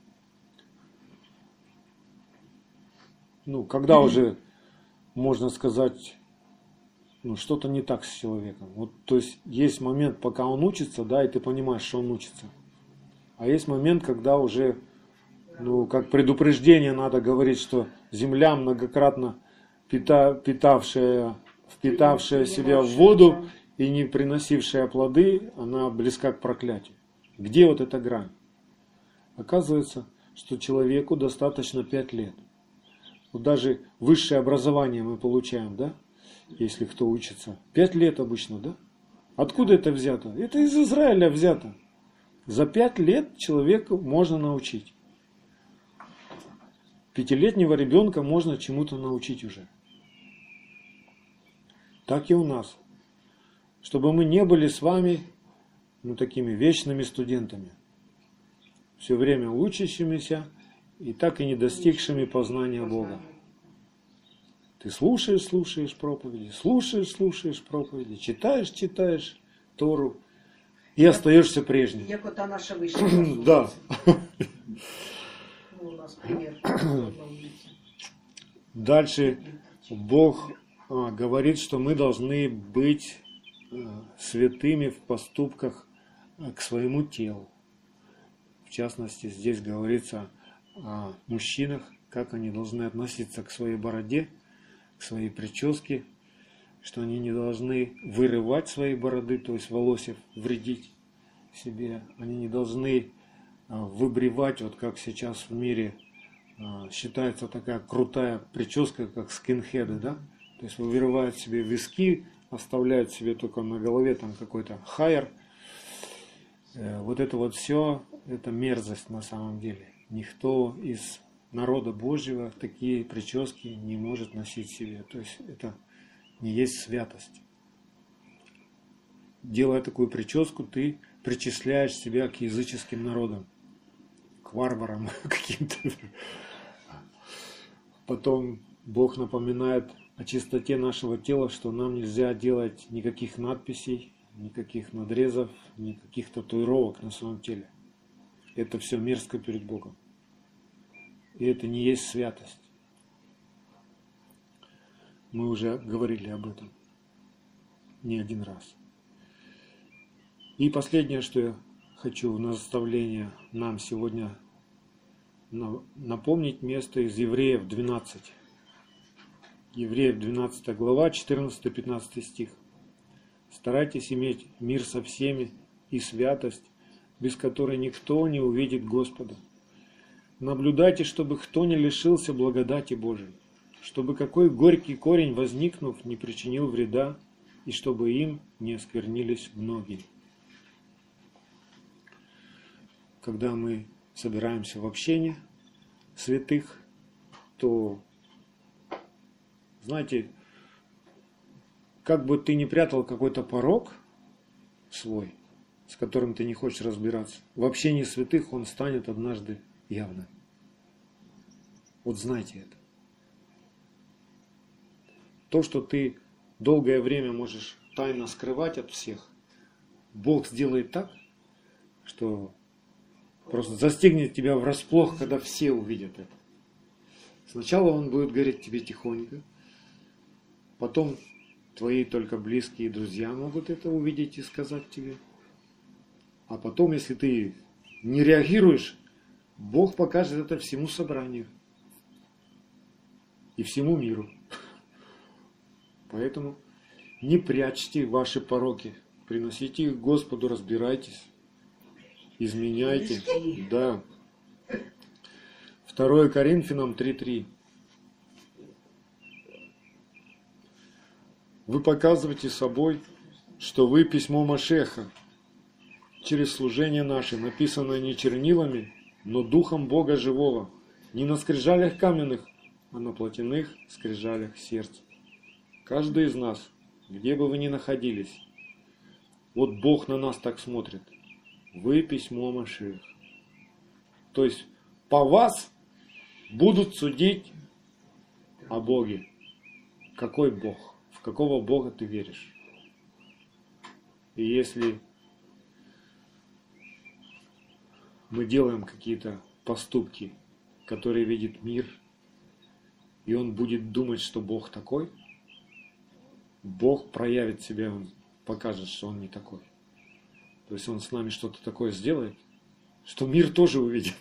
Ну, когда уже можно сказать, ну, что-то не так с человеком. Вот, то есть есть момент, пока он учится, да, и ты понимаешь, что он учится. А есть момент, когда уже, ну, как предупреждение надо говорить, что земля, многократно впитавшая себя в воду и не приносившая плоды, она близка к проклятию. Где вот эта грань? Оказывается, что человеку достаточно 5 лет. Вот даже высшее образование мы получаем, да? Если кто учится. 5 лет обычно, да? Откуда это взято? Это из Израиля взято. За 5 лет человека можно научить. 5-летнего ребенка можно чему-то научить уже. Так и у нас. Чтобы мы не были с вами, ну, такими вечными студентами. Все время учащимися и так и не достигшими познания Бога. Ты слушаешь проповеди, слушаешь проповеди, читаешь Тору и остаешься прежним. Як ота наша вышла. Да. Ну, у нас пример. Дальше Бог говорит, что мы должны быть святыми в поступках к своему телу. В частности, здесь говорится о мужчинах, как они должны относиться к своей бороде, к своей прическе, что они не должны вырывать свои бороды, то есть волосьев вредить себе. Они не должны выбривать, вот как сейчас в мире считается такая крутая прическа, как скинхеды, да? То есть вырывают себе виски, оставляют себе только на голове там какой-то хайер. Вот это вот все, это мерзость на самом деле. Никто из народа Божьего такие прически не может носить себе. То есть это не есть святость. Делая такую прическу, ты причисляешь себя к языческим народам, к варварам каким-то. Потом Бог напоминает о чистоте нашего тела, что нам нельзя делать никаких надписей, никаких надрезов, никаких татуировок на своем теле. Это все мерзко перед Богом. И это не есть святость. Мы уже говорили об этом не один раз. И последнее, что я хочу в наставление нам сегодня напомнить, место из Евреев 12. Евреев 12 глава, 14-15 стих. Старайтесь иметь мир со всеми и святость, без которой никто не увидит Господа. Наблюдайте, чтобы кто не лишился благодати Божией, чтобы какой горький корень, возникнув, не причинил вреда, и чтобы им не осквернились многие. Когда мы собираемся в общение святых, то, знаете, как бы ты ни прятал какой-то порок свой, с которым ты не хочешь разбираться, в общении святых он станет однажды явным. Вот знайте это. То, что ты долгое время можешь тайно скрывать от всех, Бог сделает так, что просто застигнет тебя врасплох, когда все увидят это. Сначала он будет говорить тебе тихонько, потом твои только близкие друзья могут это увидеть и сказать тебе. А потом, если ты не реагируешь, Бог покажет это всему собранию и всему миру. Поэтому не прячьте ваши пороки, приносите их Господу, разбирайтесь, изменяйте. Да. 2 Коринфянам 3:3. Вы показываете собой, что вы письмо Машеха, через служение наше, написанное не чернилами, но Духом Бога Живого, не на скрижалях каменных, а на плотяных скрижалях сердца. Каждый из нас, где бы вы ни находились, вот Бог на нас так смотрит. Вы письмо Машеха. То есть по вас будут судить о Боге. Какой Бог? В какого Бога ты веришь? И если мы делаем какие-то поступки, которые видит мир, и он будет думать, что Бог такой, Бог проявит себя, он покажет, что он не такой. То есть он с нами что-то такое сделает, что мир тоже увидит.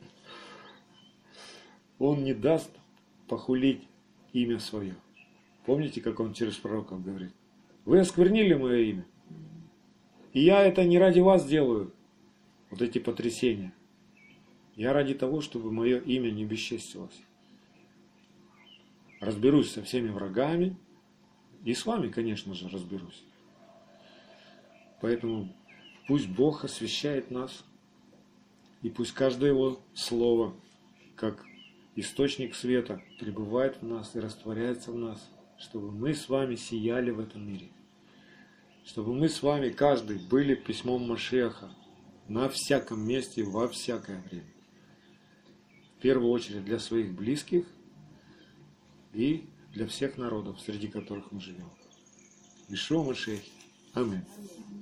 Он не даст похулить имя свое. Помните, как он через пророков говорит? Вы осквернили мое имя. И я это не ради вас делаю, вот эти потрясения. Я ради того, чтобы мое имя не бесчестилось. Разберусь со всеми врагами. И с вами, конечно же, разберусь. Поэтому пусть Бог освящает нас. И пусть каждое Его слово, как источник света, пребывает в нас и растворяется в нас, чтобы мы с вами сияли в этом мире. Чтобы мы с вами, каждый, были письмом Машеха на всяком месте, во всякое время. В первую очередь для своих близких и для всех народов, среди которых мы живем. Ишуа Машех. Аминь.